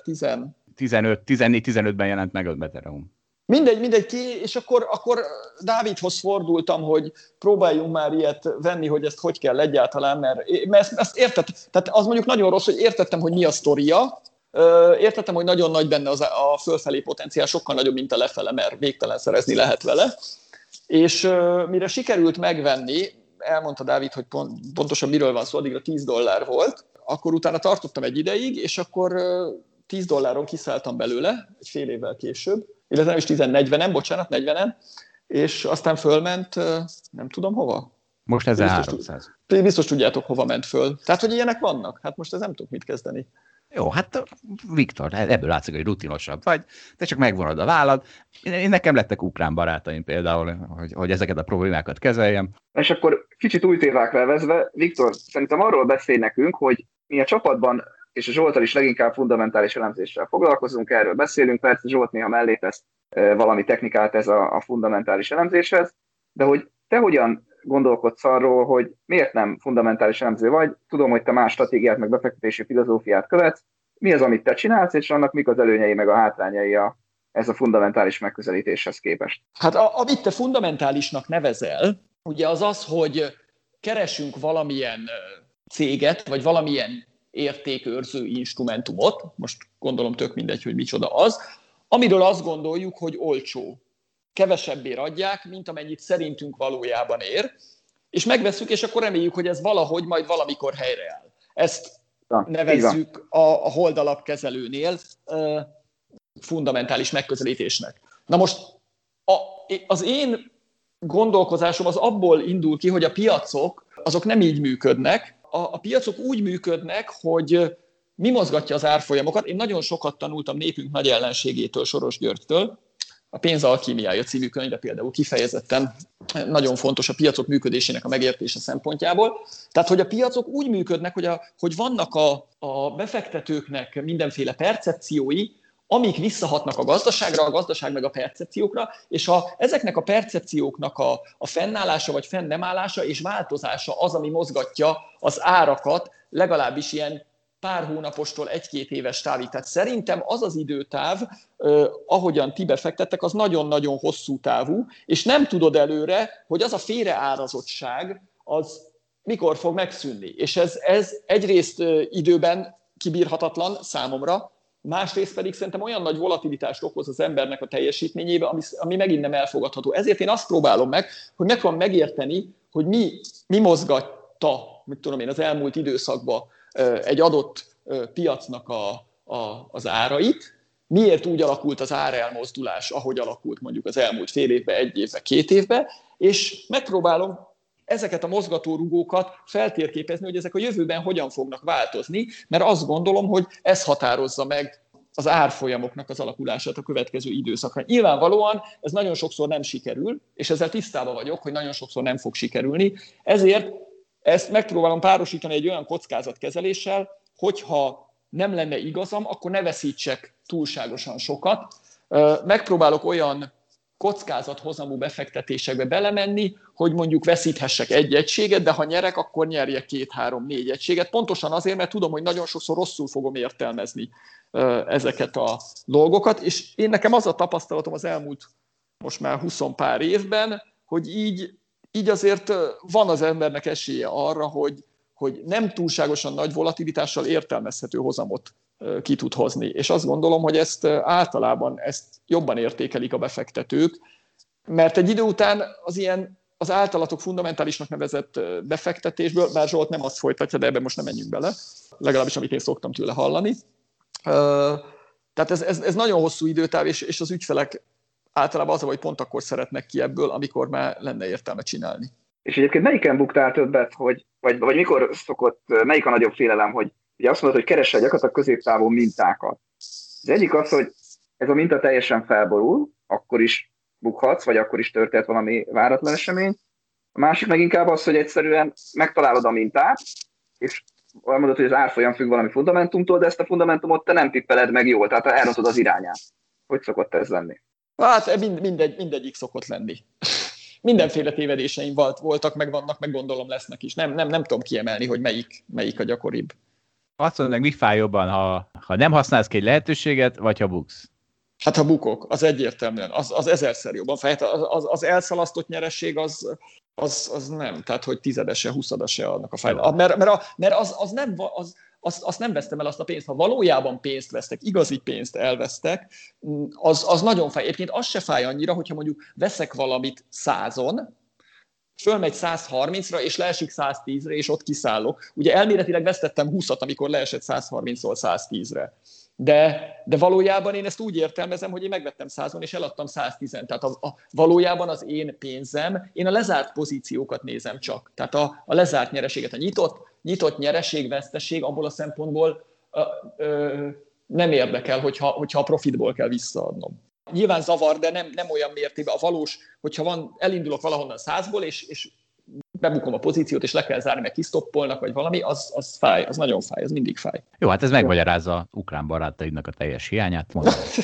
14-15-ben jelent meg az Ethereum. Mindegy ki, és akkor Dávidhoz fordultam, hogy próbáljunk már ilyet venni, hogy ezt hogy kell egyáltalán, mert ezt értettem, tehát az mondjuk nagyon rossz, hogy értettem, hogy mi a sztoria, értettem, hogy nagyon nagy benne a fölfelé potenciál, sokkal nagyobb, mint a lefele, mert végtelen szerezni lehet vele, és mire sikerült megvenni, elmondta Dávid, hogy pontosan miről van szó, addigra $10 volt, akkor utána tartottam egy ideig, és akkor $10 kiszálltam belőle, egy fél évvel később, illetve nem is 40-en, és aztán fölment, nem tudom hova. Most 1300. Biztos tudjátok, hova ment föl. Tehát, hogy ilyenek vannak. Hát most ez nem tudok mit kezdeni. Jó, hát Viktor, ebből látszik, hogy rutinosabb vagy, te csak megvonod a vállad. Én nekem lettek ukrán barátaim például, hogy ezeket a problémákat kezeljem. És akkor kicsit új témákra vezve, Viktor, szerintem arról beszél nekünk, hogy mi a csapatban, és a Zsolttal is leginkább fundamentális elemzéssel foglalkozunk, erről beszélünk, persze Zsolt néha mellé tesz valami technikát ez a fundamentális elemzéshez, de hogy te hogyan gondolkodsz arról, hogy miért nem fundamentális elemző vagy? Tudom, hogy te más stratégiát, meg befektetési filozófiát követsz. Mi az, amit te csinálsz, és annak mik az előnyei, meg a hátrányai ez a fundamentális megközelítéshez képest? Hát amit te fundamentálisnak nevezel, ugye az, hogy keresünk valamilyen céget, vagy valamilyen értékőrző instrumentumot, most gondolom tök mindegy, hogy micsoda az, amiről azt gondoljuk, hogy olcsó. Kevesebbért adják, mint amennyit szerintünk valójában ér, és megvesszük, és akkor reméljük, hogy ez valahogy majd valamikor helyreáll. Ezt nevezzük a holdalapkezelőnél fundamentális megközelítésnek. Na most az én gondolkozásom az abból indul ki, hogy a piacok azok nem így működnek. A piacok úgy működnek, hogy mi mozgatja az árfolyamokat. Én nagyon sokat tanultam népünk nagy ellenségétől, Soros Györgytől. A Pénz alkímiája című könyve például kifejezetten nagyon fontos a piacok működésének a megértése szempontjából. Tehát, hogy a piacok úgy működnek, hogy vannak a befektetőknek mindenféle percepciói, amik visszahatnak a gazdaság meg a percepciókra, és ezeknek a percepcióknak a fennállása vagy fenn nem állása és változása az, ami mozgatja az árakat, legalábbis ilyen pár hónapostól 1-2 éves távig. Tehát szerintem az az időtáv, ahogyan ti befektettek, az nagyon-nagyon hosszú távú, és nem tudod előre, hogy az a félreárazottság, az mikor fog megszűnni. És ez egyrészt időben kibírhatatlan számomra, másrészt pedig szerintem olyan nagy volatilitást okoz az embernek a teljesítményébe, ami megint nem elfogadható. Ezért én azt próbálom meg, hogy megpróbálom megérteni, hogy mi mozgatta, mit tudom én, az elmúlt időszakban egy adott piacnak az árait, miért úgy alakult az árelmozdulás, ahogy alakult mondjuk az elmúlt fél évben, 1 évben, 2 évben, és megpróbálom ezeket a mozgatórugókat feltérképezni, hogy ezek a jövőben hogyan fognak változni, mert azt gondolom, hogy ez határozza meg az árfolyamoknak az alakulását a következő időszakra. Nyilvánvalóan ez nagyon sokszor nem sikerül, és ezzel tisztában vagyok, hogy nagyon sokszor nem fog sikerülni, ezért ezt megpróbálom párosítani egy olyan kockázatkezeléssel, hogyha nem lenne igazam, akkor ne veszítsek túlságosan sokat. Megpróbálok olyan kockázathozamú befektetésekbe belemenni, hogy mondjuk veszíthessek 1 egységet, de ha nyerek, akkor nyerjek 2, 3, 4 egységet. Pontosan azért, mert tudom, hogy nagyon sokszor rosszul fogom értelmezni ezeket a dolgokat, és én nekem az a tapasztalatom az elmúlt most már 20 pár évben, hogy így azért van az embernek esélye arra, hogy nem túlságosan nagy volatilitással értelmezhető hozamot ki tud hozni. És azt gondolom, hogy ezt általában jobban értékelik a befektetők, mert egy idő után az általatok fundamentálisnak nevezett befektetésből, bár Zsolt nem azt folytatja, de ebben most nem menjünk bele, legalábbis amit én szoktam tőle hallani. Tehát ez nagyon hosszú időtáv, és az ügyfelek általában az, hogy pont akkor szeretnek ki ebből, amikor már lenne értelme csinálni. És egyébként melyiken buktál többet, vagy mikor melyik a nagyobb félelem, hogy ugye azt mondod, hogy keresel gyakorlatilag középtávú mintákat. Az egyik az, hogy ez a minta teljesen felborul, akkor is bukhatsz, vagy akkor is történt valami váratlan esemény. A másik meg inkább az, hogy egyszerűen megtalálod a mintát, és mondod, hogy az árfolyam függ valami fundamentumtól, de ezt a fundamentumot te nem tippeled meg jól, tehát elrontod az irányát. Hogy szokott ez lenni? Hát mindegyik szokott lenni. Mindenféle tévedéseim voltak, meg vannak, meg gondolom lesznek is. Nem tudom kiemelni, hogy melyik a gyakoribb. Azt mondod meg, mi fáj jobban, ha nem használsz ki egy lehetőséget, vagy ha buksz? Hát ha bukok, az egyértelműen, az 1000-szer jobban fáj. Az elszalasztott nyeresség az nem, tehát hogy 10-ese, 20-ese annak a fájdalma. Mert azt nem vesztem el azt a pénzt. Ha valójában pénzt vesztek, igazi pénzt elvesztek, az nagyon fáj. Egyébként az se fáj annyira, hogyha mondjuk veszek valamit 100-on, fölmegy 130-ra, és leesik 110-re, és ott kiszállok. Ugye elméletileg vesztettem 20-at, amikor leesett 130-ról 110-re. De valójában én ezt úgy értelmezem, hogy én megvettem 100-on, és eladtam 110-en. Tehát valójában az én pénzem, én a lezárt pozíciókat nézem csak. Tehát a lezárt nyereséget, a nyitott nyereség-veszteség abból a szempontból nem érdekel, hogyha a profitból kell visszaadnom. Nyilván zavar, de nem olyan mértékben. A valós, hogyha elindulok valahonnan 100-ból, és bebukom a pozíciót, és le kell zárni, meg kisztoppolnak, vagy valami, az fáj, az nagyon fáj, az mindig fáj. Jó, hát ez megmagyarázza az ukrán barátaidnak a teljes hiányát.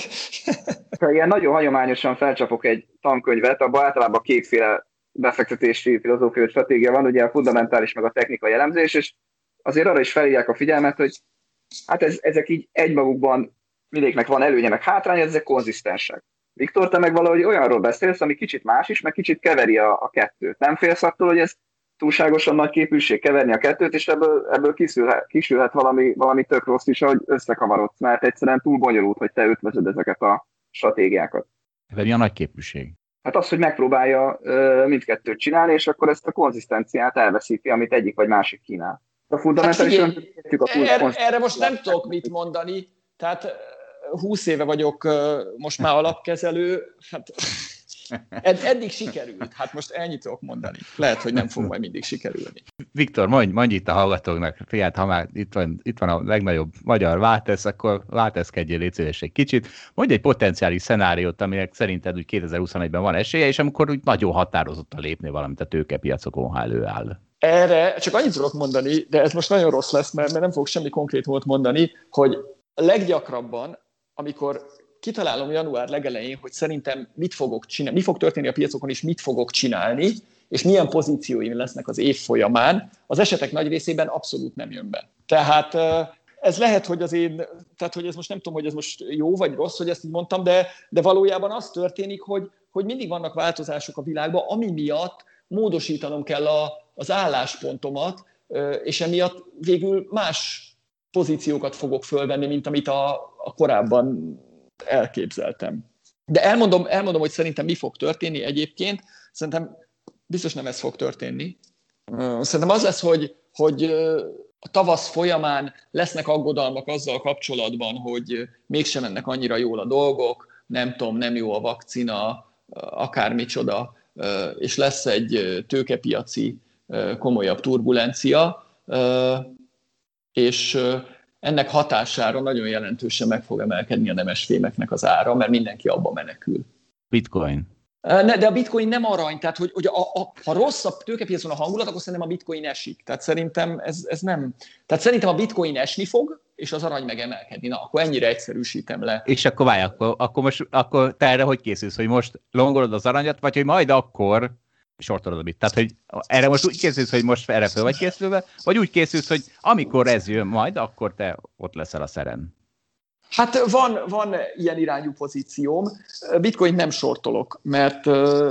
Ha ilyen nagyon hagyományosan felcsapok egy tankönyvet, abban általában 2 befektetési filozófiai stratégia van, ugye a fundamentális meg a technikai elemzés, és azért arra is felhívják a figyelmet, hogy hát ezek így egymagukban mindegyiknek van előnye, meg hátránya, ezek konzisztensek. Viktor, te meg valahogy olyanról beszélsz, ami kicsit más is, meg kicsit keveri a kettőt. Nem félsz attól, hogy ez túlságosan nagy képűség keverni a kettőt, és ebből kisülhet valami tök rossz is, ahogy összekavarodsz, mert egyszerűen túl bonyolult, hogy te ötvözöd ezeket a stratégiákat. De mi a nagy képűség? Hát az, hogy megpróbálja mindkettőt csinálni, és akkor ezt a konzisztenciát elveszíti, amit egyik vagy másik kínál. A fundamentálisan erre most nem tudok mit mondani, tehát 20 éve vagyok most már alapkezelő, hát eddig sikerült, hát most ennyit tudok mondani. Lehet, hogy nem fog majd mindig sikerülni. Viktor, mondj itt a hallgatóknak, figyelj, ha már itt van a legnagyobb magyar váltesz, akkor válteszkedjél légy szíves egy kicsit. Mondj egy potenciális szenáriót, aminek szerinted úgy 2021-ben van esélye, és amikor úgy nagyon határozottan lépni valamit a tőkepiacokon, ha előáll. Erre csak annyit tudok mondani, de ez most nagyon rossz lesz, mert nem fogok semmi konkrétumot mondani, hogy leggyakrabban, amikor kitalálom január legelején, hogy szerintem mit fogok csinálni, mi fog történni a piacokon, és mit fogok csinálni, és milyen pozícióim lesznek az év folyamán, az esetek nagy részében abszolút nem jön be. Tehát ez lehet, hogy tehát hogy ez most nem tudom, hogy ez most jó vagy rossz, hogy ezt így mondtam, de valójában az történik, hogy mindig vannak változások a világban, ami miatt módosítanom kell az álláspontomat, és emiatt végül más pozíciókat fogok fölvenni, mint amit a korábban elképzeltem. De elmondom, hogy szerintem mi fog történni egyébként. Szerintem biztos nem ez fog történni. Szerintem az lesz, hogy a tavasz folyamán lesznek aggodalmak azzal kapcsolatban, hogy mégsem mennek annyira jól a dolgok, nem tudom, nem jó a vakcina, akármicsoda, és lesz egy tőkepiaci komolyabb turbulencia, és ennek hatására nagyon jelentősen meg fog emelkedni a nemesfémeknek az ára, mert mindenki abba menekül. Bitcoin. De a bitcoin nem arany, tehát hogy ha rossz a tőkepiacon a hangulat, akkor szerintem a bitcoin esik. Tehát szerintem ez nem. Tehát szerintem a bitcoin esni fog, és az arany meg emelkedni. Na, akkor ennyire egyszerűsítem le. És akkor várj, akkor te erre hogy készülsz, hogy most longolod az aranyat, vagy hogy majd akkor sortolod a bit. Tehát, hogy erre most úgy készülsz, hogy most erre föl vagy készülve, vagy úgy készülsz, hogy amikor ez jön majd, akkor te ott leszel a szeren. Hát van ilyen irányú pozícióm. Bitcoint nem sortolok, mert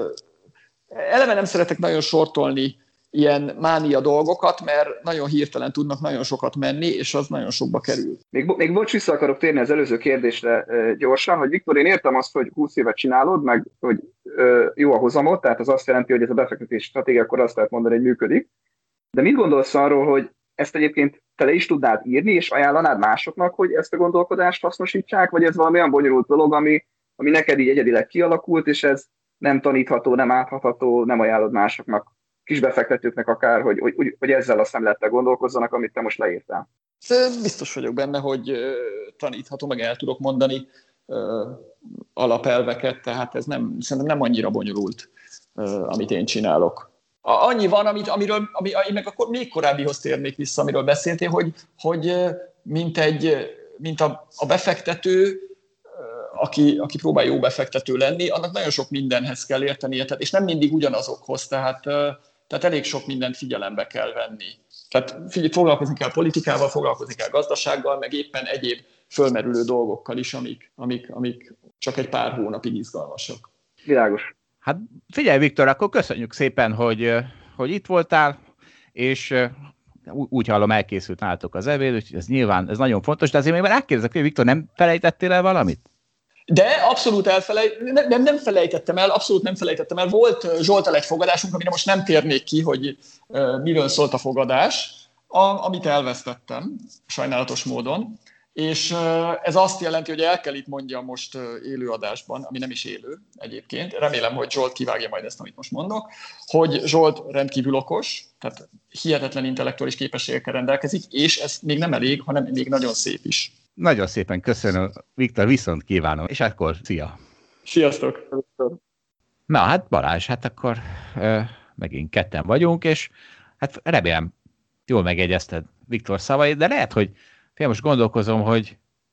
eleve nem szeretek nagyon sortolni ilyen mánia dolgokat, mert nagyon hirtelen tudnak nagyon sokat menni, és az nagyon sokba kerül. Még bocs, vissza akarok térni az előző kérdésre gyorsan, hogy Viktor, én értem azt, hogy 20 évet csinálod, meg hogy jó a hozamot, tehát az azt jelenti, hogy ez a befektetési stratégia, akkor azt lehet mondani, hogy működik. De mit gondolsz arról, hogy ezt egyébként te le is tudnád írni, és ajánlanád másoknak, hogy ezt a gondolkodást hasznosítsák, vagy ez valami olyan bonyolult dolog, ami neked így egyedileg kialakult, és ez nem tanítható, nem áthatható, nem ajánlod másoknak, kisbefektetőknek akár, hogy ezzel a szemlettel gondolkozzanak, amit te most leírtál. Biztos vagyok benne, hogy tanítható, meg el tudok mondani alapelveket, tehát ez szerintem nem annyira bonyolult, amit én csinálok. Annyi van, amiről meg akkor még korábbihoz térnék vissza, amiről beszéltél, hogy mint a befektető, aki próbál jó befektető lenni, annak nagyon sok mindenhez kell értenie, és nem mindig ugyanazokhoz, tehát elég sok mindent figyelembe kell venni. Tehát foglalkozni kell politikával, foglalkozni kell gazdasággal, meg éppen egyéb fölmerülő dolgokkal is, amik csak egy pár hónapig izgalmasak. Világos. Hát figyelj, Viktor, akkor köszönjük szépen, hogy itt voltál, és úgy hallom, elkészült nálatok az ebéd, úgyhogy ez nagyon fontos, de azért még rákérdezek, hogy Viktor, nem felejtettél el valamit? De abszolút nem felejtettem el, abszolút nem felejtettem el. Volt Zsolttal egy fogadásunk, amire most nem térnék ki, hogy miről szólt a fogadás, amit elvesztettem sajnálatos módon. És ez azt jelenti, hogy el kell itt mondjam most élő adásban, ami nem is élő egyébként. Remélem, hogy Zsolt kivágja majd ezt, amit most mondok, hogy Zsolt rendkívül okos, tehát hihetetlen intellektuális képességekkel rendelkezik, és ez még nem elég, hanem még nagyon szép is. Nagyon szépen köszönöm, Viktor, viszont kívánom, és akkor szia! Sziasztok! Na hát Balázs, hát akkor megint ketten vagyunk, és hát remélem jól megjegyezted Viktor szavait, de lehet, hogy most gondolkozom, hogy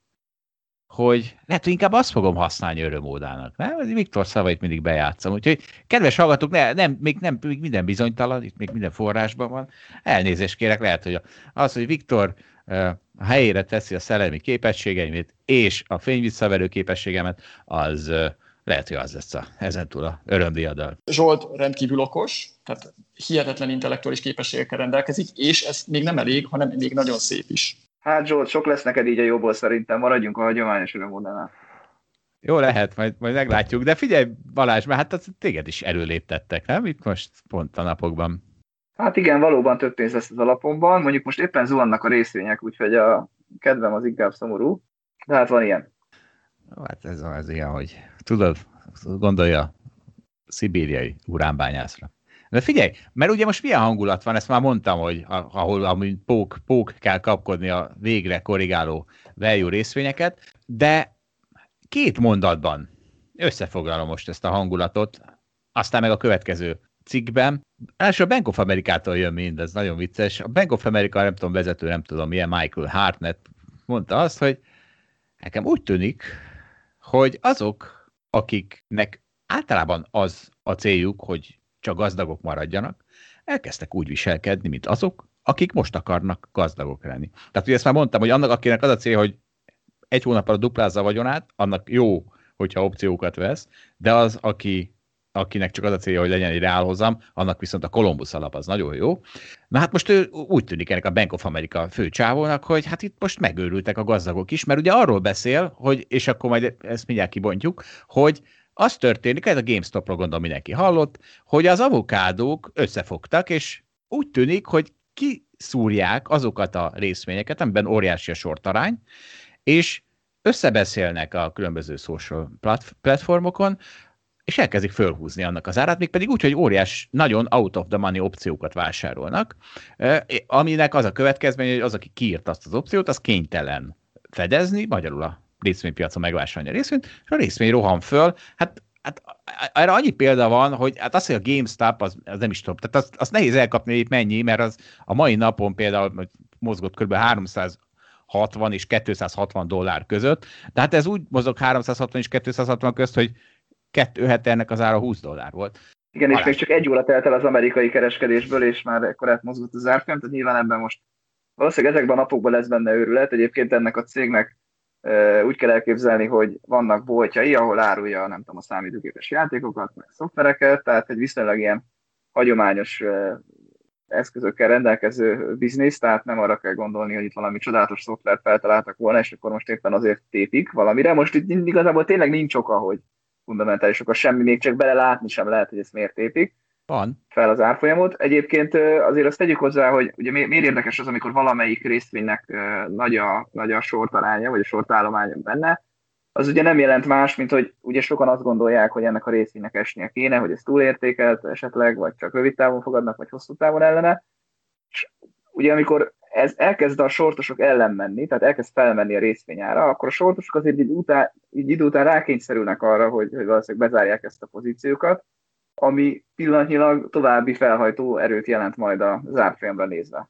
lehet, hogy inkább azt fogom használni örömódának, nem? Viktor szavait mindig bejátszom, úgyhogy kedves hallgatók, még minden bizonytalan, itt még minden forrásban van, elnézést kérek, lehet, hogy hogy Viktor a helyére teszi a szellemi képességeimet és a fényvisszaverő képességemet, az lehet, hogy az lesz ezentúl a örömdiadal. Zsolt rendkívül okos, tehát hihetetlen intellektuális képességekkel rendelkezik, és ez még nem elég, hanem még nagyon szép is. Hát Zsolt, sok lesz neked így a jóból szerintem, maradjunk a hagyományos örömódánál. Jó lehet, majd meglátjuk, de figyelj Balázs, mert hát téged is előléptettek, nem? Itt most pont a napokban. Hát igen, valóban több pénz lesz az alapomban, mondjuk most éppen zuhannak a részvények, úgyhogy a kedvem az inkább szomorú, de hát van ilyen. Hát ez ilyen, hogy tudod, gondolja szibériai uránbányászra. De figyelj, mert ugye most milyen hangulat van, ezt már mondtam, hogy ahol pók kell kapkodni a végre korrigáló value részvényeket, de 2 mondatban összefoglalom most ezt a hangulatot, aztán meg a következő cikkben. Első a Bank of America-tól jön mindez, nagyon vicces. A Bank of America, nem tudom, vezető, nem tudom milyen, Michael Hartnett mondta azt, hogy nekem úgy tűnik, hogy azok, akiknek általában az a céljuk, hogy csak gazdagok maradjanak, elkezdtek úgy viselkedni, mint azok, akik most akarnak gazdagok lenni. Tehát ugye ezt már mondtam, hogy annak, akinek az a célja, hogy egy hónap alatt duplázza a vagyonát, annak jó, hogyha opciókat vesz, de az, akinek csak az a célja, hogy legyen egy reálhozam, annak viszont a Columbus alap az nagyon jó. Na hát most ő úgy tűnik ennek a Bank of America főcsávónak, hogy hát itt most megőrültek a gazdagok is, mert ugye arról beszél, hogy, és akkor majd ezt mindjárt kibontjuk, hogy az történik, ez a GameStopról gondolom mindenki hallott, hogy az avokádók összefogtak, és úgy tűnik, hogy kiszúrják azokat a részvényeket, amiben óriási a sortarány, és összebeszélnek a különböző social platformokon, és elkezdik fölhúzni annak az árát, mégpedig úgy, hogy óriás, nagyon out of the money opciókat vásárolnak, aminek az a következmény, hogy az, aki kiírt azt az opciót, az kénytelen fedezni, magyarul a részvénypiacon megvásárolni a részvényt, és a részvény rohan föl. Hát erre annyi példa van, hogy hát az, hogy a GameStop, az nem is tudom, tehát azt nehéz elkapni, hogy mennyi, mert az a mai napon például mozgott kb. 360 és 260 dollár között, de hát ez úgy mozog 360 és 260 közt, hogy 2 hete ennek az ára 20 dollár volt. Igen, és még csak 1 óra telt el az amerikai kereskedésből, és már ekkor átmozgott az árfolyam, tehát nyilván ebben most valószínűleg ezekben a napokban lesz benne őrület. Egyébként ennek a cégnek úgy kell elképzelni, hogy vannak boltjai, ahol árulja, nem tudom, a számítógépes játékokat, meg szoftvereket, tehát egy viszonylag ilyen hagyományos eszközökkel rendelkező biznisz, tehát nem arra kell gondolni, hogy itt valami csodálatos szoftvert feltaláltak volna, és akkor most éppen azért tépik valamire. Most itt igazából tényleg nincs oka, hogy fundamentális oka semmi, még csak belelátni sem lehet, hogy ezt miért tépik fel az árfolyamot. Egyébként azért azt tegyük hozzá, hogy ugye miért érdekes az, amikor valamelyik részvénynek nagy a sortaránya, vagy a sortállománya benne, az ugye nem jelent más, mint hogy ugye sokan azt gondolják, hogy ennek a részvénynek esnie kéne, hogy ez túlértékelt esetleg, vagy csak rövid távon fogadnak, vagy hosszú távon ellene. És ugye amikor ez elkezd a sortosok ellen menni, tehát elkezd felmenni a részvényára, akkor a sortosok azért így idő után rákényszerülnek arra, hogy valószínűleg bezárják ezt a pozíciókat, ami pillanatnyilag további felhajtó erőt jelent majd az árfolyamra nézve.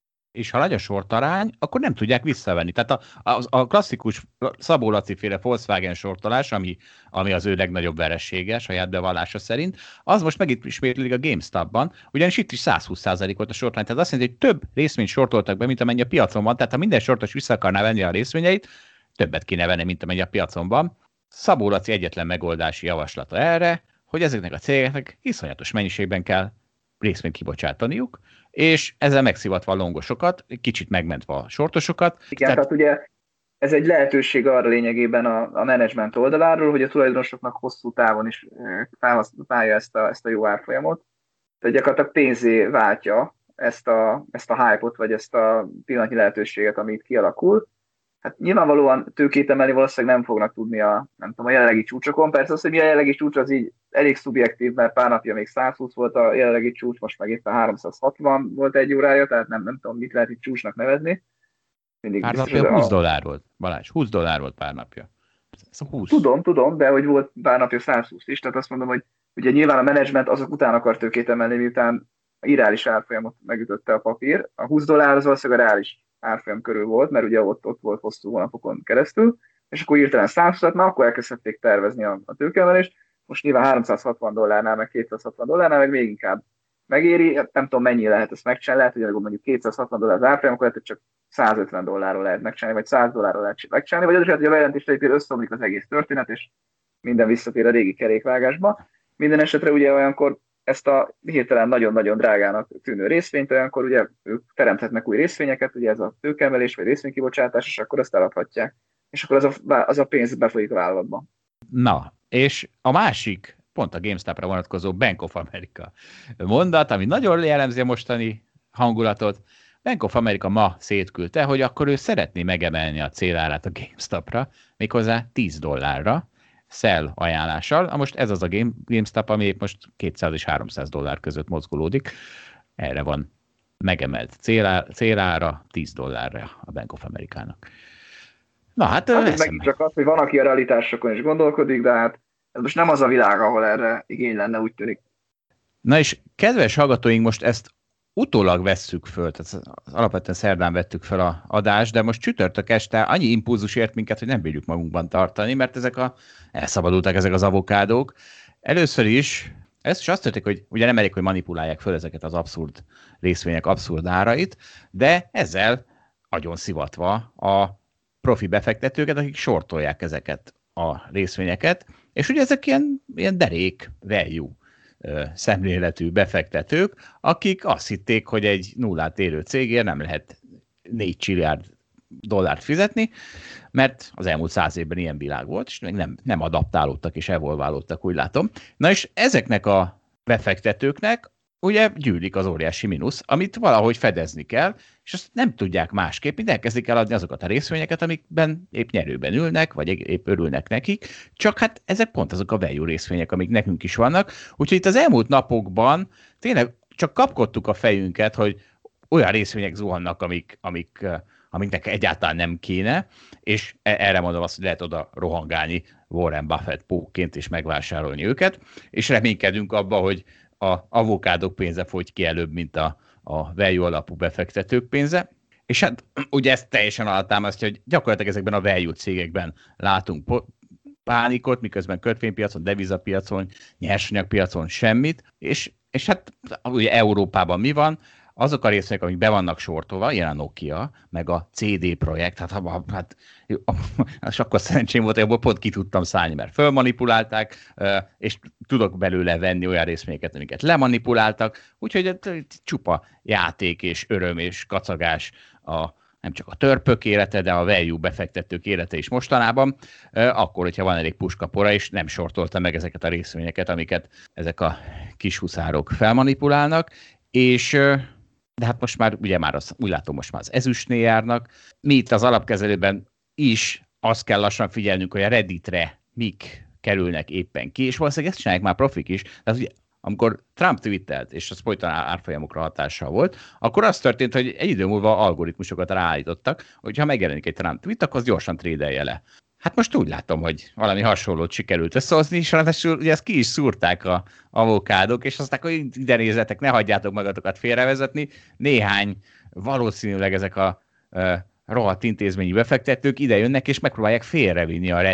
És ha nagy a sortarány, akkor nem tudják visszavenni. Tehát a klasszikus Szabó Laci-féle Volkswagen sortolás, ami az ő legnagyobb veresége, saját bevallása szerint, az most megismétlődik a GameStop-ban, ugyanis itt is 120% volt a sortarány. Tehát azt jelenti, hogy több részvényt sortoltak be, mint amennyi a piacon van. Tehát ha minden sortos vissza akarná venni a részvényeit, többet kéne venni, mint amennyi a piacon van. Szabó Laci egyetlen megoldási javaslata erre, hogy ezeknek a cégeknek iszonyatos mennyiségben kell részvényt kibocsátaniuk, és ezzel megszivatva a longosokat, kicsit megmentve a sortosokat. Igen, tehát ugye ez egy lehetőség arra lényegében a menedzsment oldaláról, hogy a tulajdonosoknak hosszú távon is felhasználja ezt a jó árfolyamot, tehát gyakorlatilag pénzé váltja ezt a hype-ot, vagy ezt a pillanatnyi lehetőséget, ami itt kialakul. Hát nyilvánvalóan tőkét emelni valószínűleg nem fognak tudni a jelenlegi csúcsokon. Persze az, hogy mi a jelenlegi csúcs, az így elég szubjektív, mert pár napja még 120 volt a jelenlegi csúcs, most meg éppen 360 volt 1 órája, tehát nem tudom, mit lehet itt csúcsnak nevezni. Mindig pár napja 20 dollár volt, Balázs, 20 dollár volt pár napja. Ez 20. Tudom, de hogy volt pár napja 120 is, tehát azt mondom, hogy ugye nyilván a menedzsment azok után akar tőkét emelni, miután irreális árfolyamot megütötte a papír. A 20 dollár az valószínűleg a reális árfolyam körül volt, mert ugye ott volt hosszú hónapokon keresztül, és akkor hirtelen 120-at, na akkor elkezdték tervezni a tőkeemelést. Most nyilván 360 dollárnál, meg 260 dollárnál, meg még inkább megéri. Nem tudom, mennyi lehet ezt megcsinálni, lehet, hogy mondjuk 260 dollár az árfolyam, akkor lehet, hogy csak 150 dollárról lehet megcsinálni, vagy 100 dollárról lehet megcsinálni, vagy az is lehet, hogy a bejelentésre összeomlik az egész történet, és minden visszatér a régi kerékvágásba. Minden esetre ugye olyankor ezt a hirtelen nagyon-nagyon drágának tűnő részvényt, olyankor ugye ők teremthetnek új részvényeket, ugye ez a tőkeemelés vagy részvénykibocsátás, és akkor azt eladhatják. És akkor az a pénz befolyik a vállalatba. Na, és a másik, pont a GameStop-ra vonatkozó Bank of America mondat, ami nagyon jellemzi a mostani hangulatot. Bank of America ma szétküldte, hogy akkor ő szeretné megemelni a célárát a GameStop-ra, méghozzá 10 dollárra, sell ajánlással. Most ez az a GameStop, ami most 200 és 300 dollár között mozgolódik. Erre van megemelt célára 10 dollárra a Bank of America-nak. Na hát... megint csak az, hogy van, aki a realitásokon is gondolkodik, de hát ez most nem az a világ, ahol erre igény lenne, úgy tűnik. Na és kedves hallgatóink, most ezt utólag vesszük föl, tehát alapvetően szerdán vettük fel a adást, de most csütörtök este annyi impulzus ért minket, hogy nem bírjuk magunkban tartani, mert elszabadultak ezek az avokádók. Először is Ez is azt történik, hogy ugye nem elég, hogy manipulálják föl ezeket az abszurd részvények abszurd árait, de ezzel agyon szivatva a profi befektetőket, akik sortolják ezeket a részvényeket, és ugye ezek ilyen derék value szemléletű befektetők, akik azt hitték, hogy egy nullát érő cégért nem lehet 4 trilliárd dollárt fizetni, mert az elmúlt 100 évben ilyen világ volt, és még nem adaptálódtak és evolválódtak, úgy látom. Na és ezeknek a befektetőknek ugye gyűlik az óriási mínusz, amit valahogy fedezni kell, és azt nem tudják másképp, mint elkezdik eladni azokat a részvényeket, amikben épp nyerőben ülnek, vagy épp örülnek nekik, csak hát ezek pont azok a value részvények, amik nekünk is vannak. Úgyhogy itt az elmúlt napokban tényleg csak kapkodtuk a fejünket, hogy olyan részvények zuhannak, amiknek egyáltalán nem kéne, és erre mondom azt, hogy lehet oda rohangálni Warren Buffett pókként és megvásárolni őket, és reménykedünk abba, hogy a avokádok pénze fogy ki előbb, mint a value alapú befektetők pénze. És hát ugye ezt teljesen alátámasztja, hogy gyakorlatilag ezekben a value cégekben látunk pánikot, miközben kötvénypiacon, devizapiacon, nyersanyagpiacon semmit, és hát ugye Európában mi van? Azok a részek, amik be vannak sortolva, ilyen a Nokia, meg a CD Projekt, hát és akkor szerencsém volt, hogy abból pont ki tudtam szállni, mert fölmanipulálták, és tudok belőle venni olyan részvényeket, amiket lemanipuláltak, úgyhogy csupa játék és öröm és kacagás nem csak a törpök élete, de a value befektetők élete is mostanában, akkor, hogyha van elég puskapora, és nem sortolta meg ezeket a részvényeket, amiket ezek a kis huszárok felmanipulálnak, és de hát most már, ugye úgy látom, most már az ezüstnél járnak. Mi itt az alapkezelőben is azt kell lassan figyelnünk, hogy a Redditre mik kerülnek éppen ki, és valószínűleg ezt csinálják már profik is. Tehát ugye, amikor Trump twittelt, és az folyton árfolyamokra hatással volt, akkor az történt, hogy egy idő múlva algoritmusokat ráállítottak, hogyha megjelenik egy Trump tweet, akkor az gyorsan trédelje le. Hát most úgy látom, hogy valami hasonlót sikerült összehozni, és ráadásul ugye ezt ki is szúrták a avokádok, és aztán, hogy ide nézzetek, ne hagyjátok magatokat félrevezetni. Néhány valószínűleg ezek a rohadt intézményi befektetők ide jönnek, és megpróbálják félrevinni a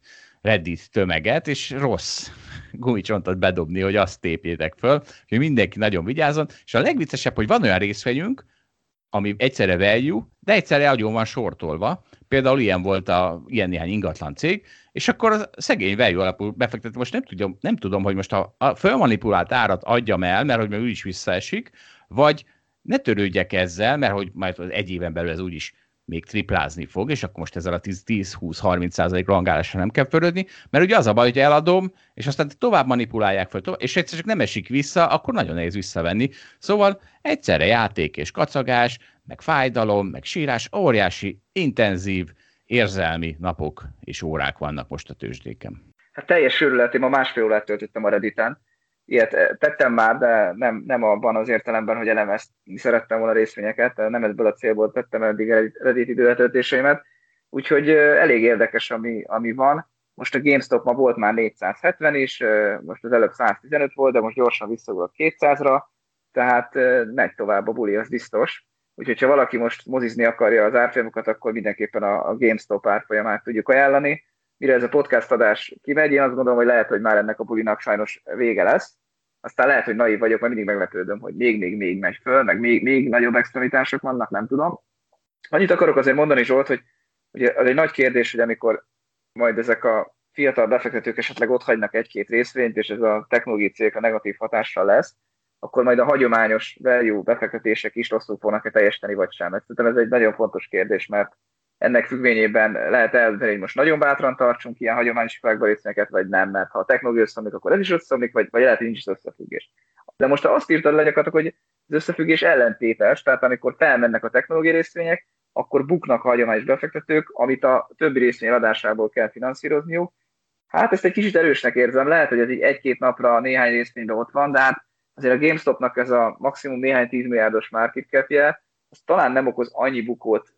Reddit tömeget, és rossz gumicsontot bedobni, hogy azt tépjétek föl, hogy mindenki nagyon vigyázzon. És a legviccesebb, hogy van olyan részvegyünk, ami egyszerre value, de egyszerre agyon van sortolva. Például ilyen volt ilyen néhány ingatlan cég, és akkor a szegény value alapú befektető most nem tudom, hogy most a fölmanipulált árat adjam el, mert hogy meg úgyis visszaesik, vagy ne törődjek ezzel, mert hogy majd egy éven belül ez úgyis még triplázni fog, és akkor most ezzel a 10-20-30% rangálásra nem kell törődni, mert ugye az a baj, hogy eladom, és aztán tovább manipulálják fel, és egyszer csak nem esik vissza, akkor nagyon nehéz visszavenni. Szóval egyszerre játék és kacagás, meg fájdalom, meg sírás, óriási, intenzív, érzelmi napok és órák vannak most a tőzsdéken. Hát teljes sőrület, én ma 1,5 órát töltöttem a Redditen. Ilyet tettem már, de nem abban az értelemben, hogy elemezni szerettem volna részvényeket, nem ebből a célból tettem eddig Reddit időletöltéseimet. Úgyhogy elég érdekes, ami van. Most a GameStop ma volt már 470 is, most az előbb 115 volt, de most gyorsan visszaugrott 200-ra, tehát megy tovább a buli, az biztos. Úgyhogy ha valaki most mozizni akarja az árfolyamokat, akkor mindenképpen a GameStop árfolyamát tudjuk ajánlani. Mire ez a podcast adás kimegy, én azt gondolom, hogy lehet, hogy már ennek a bulinak sajnos vége lesz. Aztán lehet, hogy naív vagyok, mert mindig meglepődöm, hogy még megy föl, meg még nagyobb extremitások vannak, nem tudom. Annyit akarok azért mondani, Zsolt, hogy ugye az egy nagy kérdés, hogy amikor majd ezek a fiatal befektetők esetleg otthagynak egy-két részvényt, és ez a technológiai cégek a negatív hatással lesz, akkor majd a hagyományos value befektetések is rosszul fognak-e teljesíteni, vagy sem. Szerintem ez egy nagyon fontos kérdés, mert ennek függvényében lehet eldönteni, hogy most nagyon bátran tartsunk ilyen hagyományos iparágban részvényeket, vagy nem, mert ha a technológia összeomlik, akkor ez is összeomlik, vagy lehet, hogy nincs is összefüggés. De most azt írtad le gyakorlatilag, hogy az összefüggés ellentétes, tehát amikor felmennek a technológiai részvények, akkor buknak a hagyományos befektetők, amit a többi részvény adásából kell finanszírozniuk. Hát ezt egy kicsit erősnek érzem, lehet, hogy ez így egy-két napra néhány részvényben ott van, de hát azért a GameStopnak ez a maximum néhány 10 milliárdos market capje, az talán nem okoz annyi bukót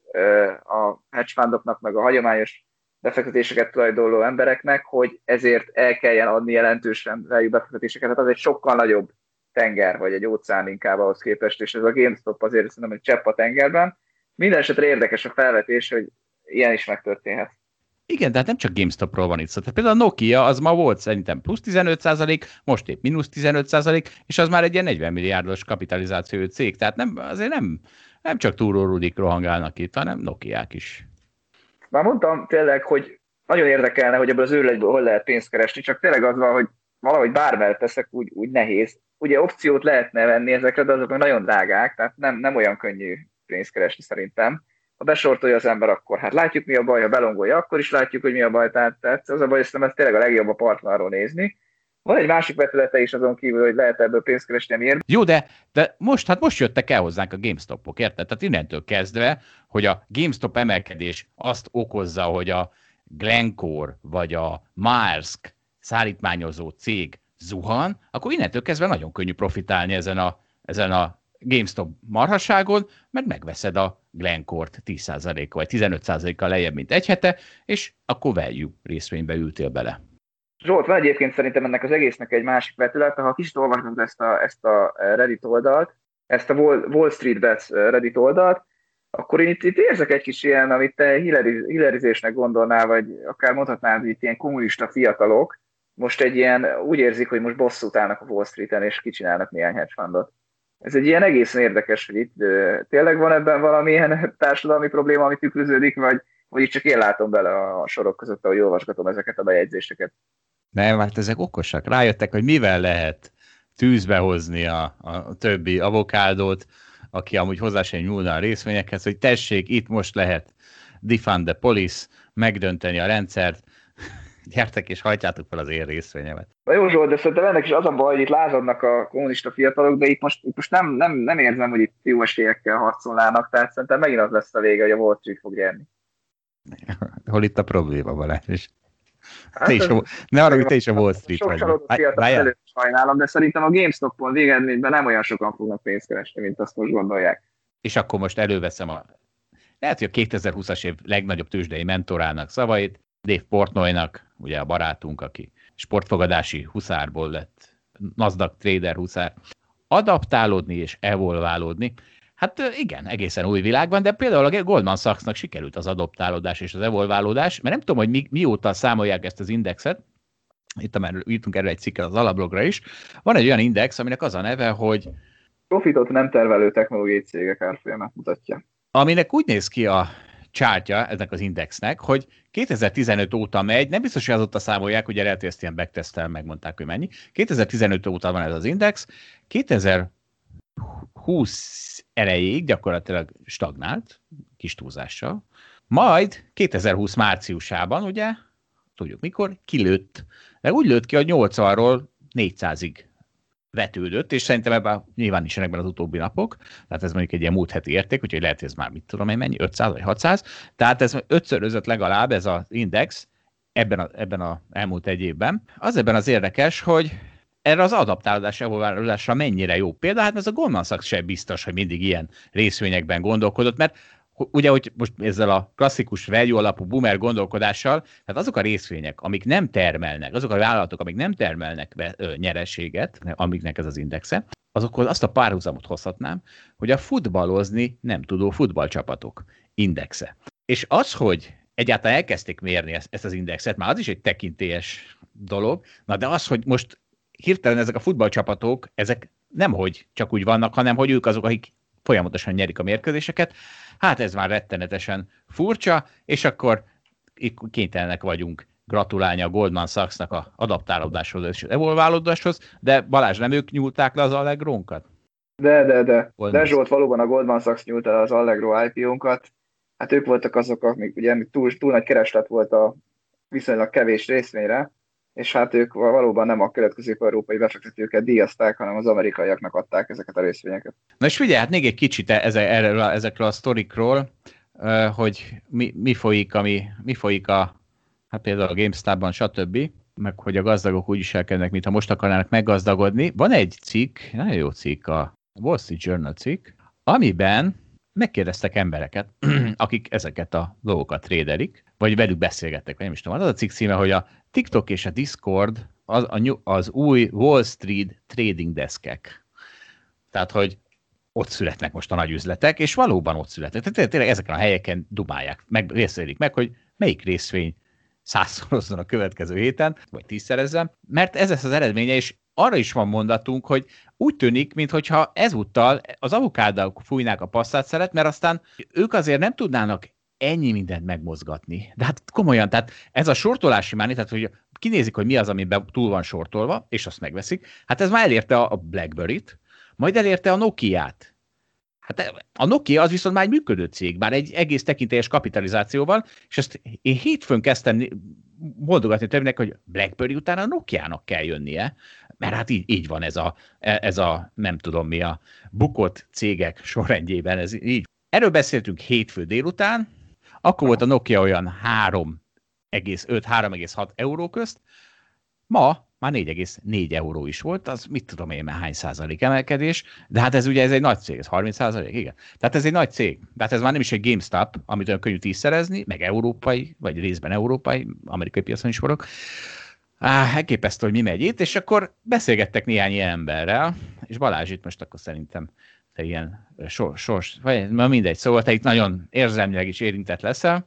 a hedge fundoknak, meg a hagyományos befektetéseket tulajdonló embereknek, hogy ezért el kelljen adni jelentősen value befektetéseket. Tehát az egy sokkal nagyobb tenger, vagy egy óceán inkább ahhoz képest, és ez a GameStop azért szerintem egy csepp a tengerben. Minden esetre érdekes a felvetés, hogy ilyen is megtörténhet. Igen, tehát nem csak GameStopról van itt szó. Tehát például a Nokia az ma volt szerintem plusz 15%, most épp mínusz 15%, és az már egy ilyen 40 milliárdos kapitalizációjú cég. Tehát azért nem csak Túró Rudik rohangálnak itt, hanem Nokiák is. Már mondtam tényleg, hogy nagyon érdekelne, hogy ebből az őrületből hol lehet pénzt keresni, csak tényleg az van, hogy valahogy bármelyet teszek, úgy nehéz. Ugye opciót lehetne venni ezekre, de azok nagyon drágák, tehát nem olyan könnyű pénzt keresni szerintem. Ha besortolja az ember, akkor hát látjuk mi a baj, ha belongolja, akkor is látjuk, hogy mi a baj. Tehát az a baj, hogy ez tényleg a legjobb a partnerról nézni. Van egy másik vetülete is azon kívül, hogy lehet ebből pénzt keresni, amiért. Jó, de most jöttek el hozzánk a GameStop-ok, érted? Tehát innentől kezdve, hogy a GameStop emelkedés azt okozza, hogy a Glencore vagy a Maersk szállítmányozó cég zuhan, akkor innentől kezdve nagyon könnyű profitálni ezen a GameStop marhaságon, mert megveszed a Glencore-t 10%-kal vagy 15%-kal lejjebb, mint egy hete, és akkor value részvénybe ültél bele. Zsolt, van egyébként szerintem ennek az egésznek egy másik vetülete, ha kicsit olvasod ezt a Reddit oldalt, ezt a Wall Street Bets Reddit oldalt, akkor én itt érzek egy kis ilyen, amit te hillerizésnek gondolnál, vagy akár mondhatnád, hogy itt ilyen kommunista fiatalok, most egy ilyen, úgy érzik, hogy most bosszút állnak a Wall Streeten, és kicsinálnak néhány hedge fundot. Ez egy ilyen egészen érdekes, hogy itt tényleg van ebben valamilyen társadalmi probléma, ami tükröződik, vagy itt csak én látom bele a sorok között, ahogy olvasgatom ezeket a bejegyzéseket. Nem, hát ezek okosak. Rájöttek, hogy mivel lehet tűzbe hozni a többi avokádót, aki amúgy hozzá sem nyúlna a részvényekhez, hogy tessék, itt most lehet defund the police, megdönteni a rendszert, gyertek és hajtjátok fel az én részvényemet. Na jó Zsolt, de szerintem ennek is az a baj, hogy itt lázadnak a kommunista fiatalok, de itt most nem érzem, hogy itt jó esélyekkel harcolnának, tehát szerintem megint az lesz a vége, hogy a Wall Street fog nyerni. Hol itt a probléma, Balázs? Ne arra, hogy te is a Wall Street vagy. Sok csalódott fiatal előtt sajnálom, de szerintem a GameStop-on végeredményben nem olyan sokan fognak pénzt keresni, mint azt most gondolják. És akkor most előveszem lehet, hogy a 2020-as év legnagyobb tőzsdei mentorának szavait, Dave Portnoynak, ugye a barátunk, aki sportfogadási huszárból lett Nasdaq trader huszár, adaptálódni és evolválódni. Hát igen, egészen új világban, de például a Goldman Sachsnak sikerült az adaptálódás és az evolválódás, mert nem tudom, hogy mióta számolják ezt az indexet, itt már írtunk erről egy cikket az alablogra is, van egy olyan index, aminek az a neve, hogy profitot nem tervelő technológiai cégek árfolyamát mutatja. Aminek úgy néz ki a chartja ennek az indexnek, hogy 2015 óta megy, nem biztos, hogy azóta számolják, ugye lehet, hogy ezt ilyen backtesztel megmondták, hogy mennyi. 2015 óta van ez az index, 2020 elejéig gyakorlatilag stagnált, kis túlzással, majd 2020 márciusában, ugye, tudjuk mikor, kilőtt, de úgy lőtt ki, hogy 80-ról 400-ig vetődött, és szerintem ebben nyilván nincsenek az utóbbi napok, tehát ez mondjuk egy ilyen múlt heti érték, úgyhogy lehet, hogy ez már mit tudom én mennyi, 500 vagy 600, tehát ez ötszörözött legalább ez az index ebben a elmúlt egy évben. Az ebben az érdekes, hogy erre az adaptálódás evolválódásra mennyire jó példa, hát ez a Goldman Sachs sem biztos, hogy mindig ilyen részvényekben gondolkodott, mert ugye, hogy most ezzel a klasszikus value alapú boomer gondolkodással, tehát azok a részvények, amik nem termelnek, azok a vállalatok, amik nem termelnek nyereséget, amiknek ez az indexe, azokhoz azt a párhuzamot hozhatnám, hogy a futballozni nem tudó futballcsapatok indexe. És az, hogy egyáltalán elkezdték mérni ezt az indexet, már az is egy tekintélyes dolog, na de az, hogy most hirtelen ezek a futballcsapatok, ezek nemhogy csak úgy vannak, hanem hogy ők azok, akik folyamatosan nyerik a mérkőzéseket, hát ez már rettenetesen furcsa, és akkor kénytelenek vagyunk gratulálni a Goldman Sachsnak a adaptálódáshoz és evolválódáshoz, de Balázs, nem ők nyúlták le az Allegro-nkat? De Zsolt, valóban a Goldman Sachs nyúlt el az Allegro IPO-nkat, hát ők voltak azok, amik ugye túl nagy kereslet volt a viszonylag kevés részvényre, és hát ők valóban nem a kelet-közép-európai befektetőket díjazták, hanem az amerikaiaknak adták ezeket a részvényeket. Na és figyelj, hát még egy kicsit ezekről a sztorikról, hogy mi folyik hát például a GameStop-ban, stb., meg hogy a gazdagok úgy viselkednek, mintha most akarnának meggazdagodni. Van egy cikk, nagyon jó cikk, a Wall Street Journal cikk, amiben megkérdeztek embereket, akik ezeket a dolgokat trédelik, vagy velük beszélgettek, vagy nem is tudom. Az a cikk címe, hogy a TikTok és a Discord az új Wall Street trading deskek. Tehát, hogy ott születnek most a nagy üzletek, és valóban ott születnek. Tehát tényleg ezeken a helyeken dumálják, részvélik meg, hogy melyik részvény 100-szorozzon a következő héten, vagy 10-szerezzen, mert ez lesz az eredménye, és arra is van mondatunk, hogy úgy tűnik, mintha ezúttal az avokádók fújnák a passzátszeret, mert aztán ők azért nem tudnának ennyi mindent megmozgatni. De hát komolyan, tehát ez a sortolási máni, tehát hogy kinézik, hogy mi az, amiben túl van sortolva, és azt megveszik, hát ez már elérte a BlackBerry-t, majd elérte a Nokia-t. Hát a Nokia az viszont már egy működő cég, bár egy egész tekintélyes kapitalizációval, és ezt én hétfőn kezdtem mondogatni többnek, hogy BlackBerry után a Nokia-nak kell jönnie, mert hát így van ez a nem tudom mi a bukott cégek sorrendjében, ez így. Erről beszéltünk hétfő délután, akkor volt a Nokia olyan 3,5-3,6 euró közt, ma már 4,4 euró is volt, az mit tudom én, hány százalék emelkedés, de hát ez ugye ez egy nagy cég, ez 30%, igen. Tehát ez egy nagy cég, de hát ez már nem is egy GameStop, amit olyan könnyű tízszerezni, meg európai, vagy részben európai, amerikai piacon is forog. Elképesztő, hogy mi megy itt, és akkor beszélgettek néhány ilyen emberrel, és Balázs itt most akkor szerintem te ilyen vagy mindegy, szóval te itt nagyon érzelmileg is érintett leszel.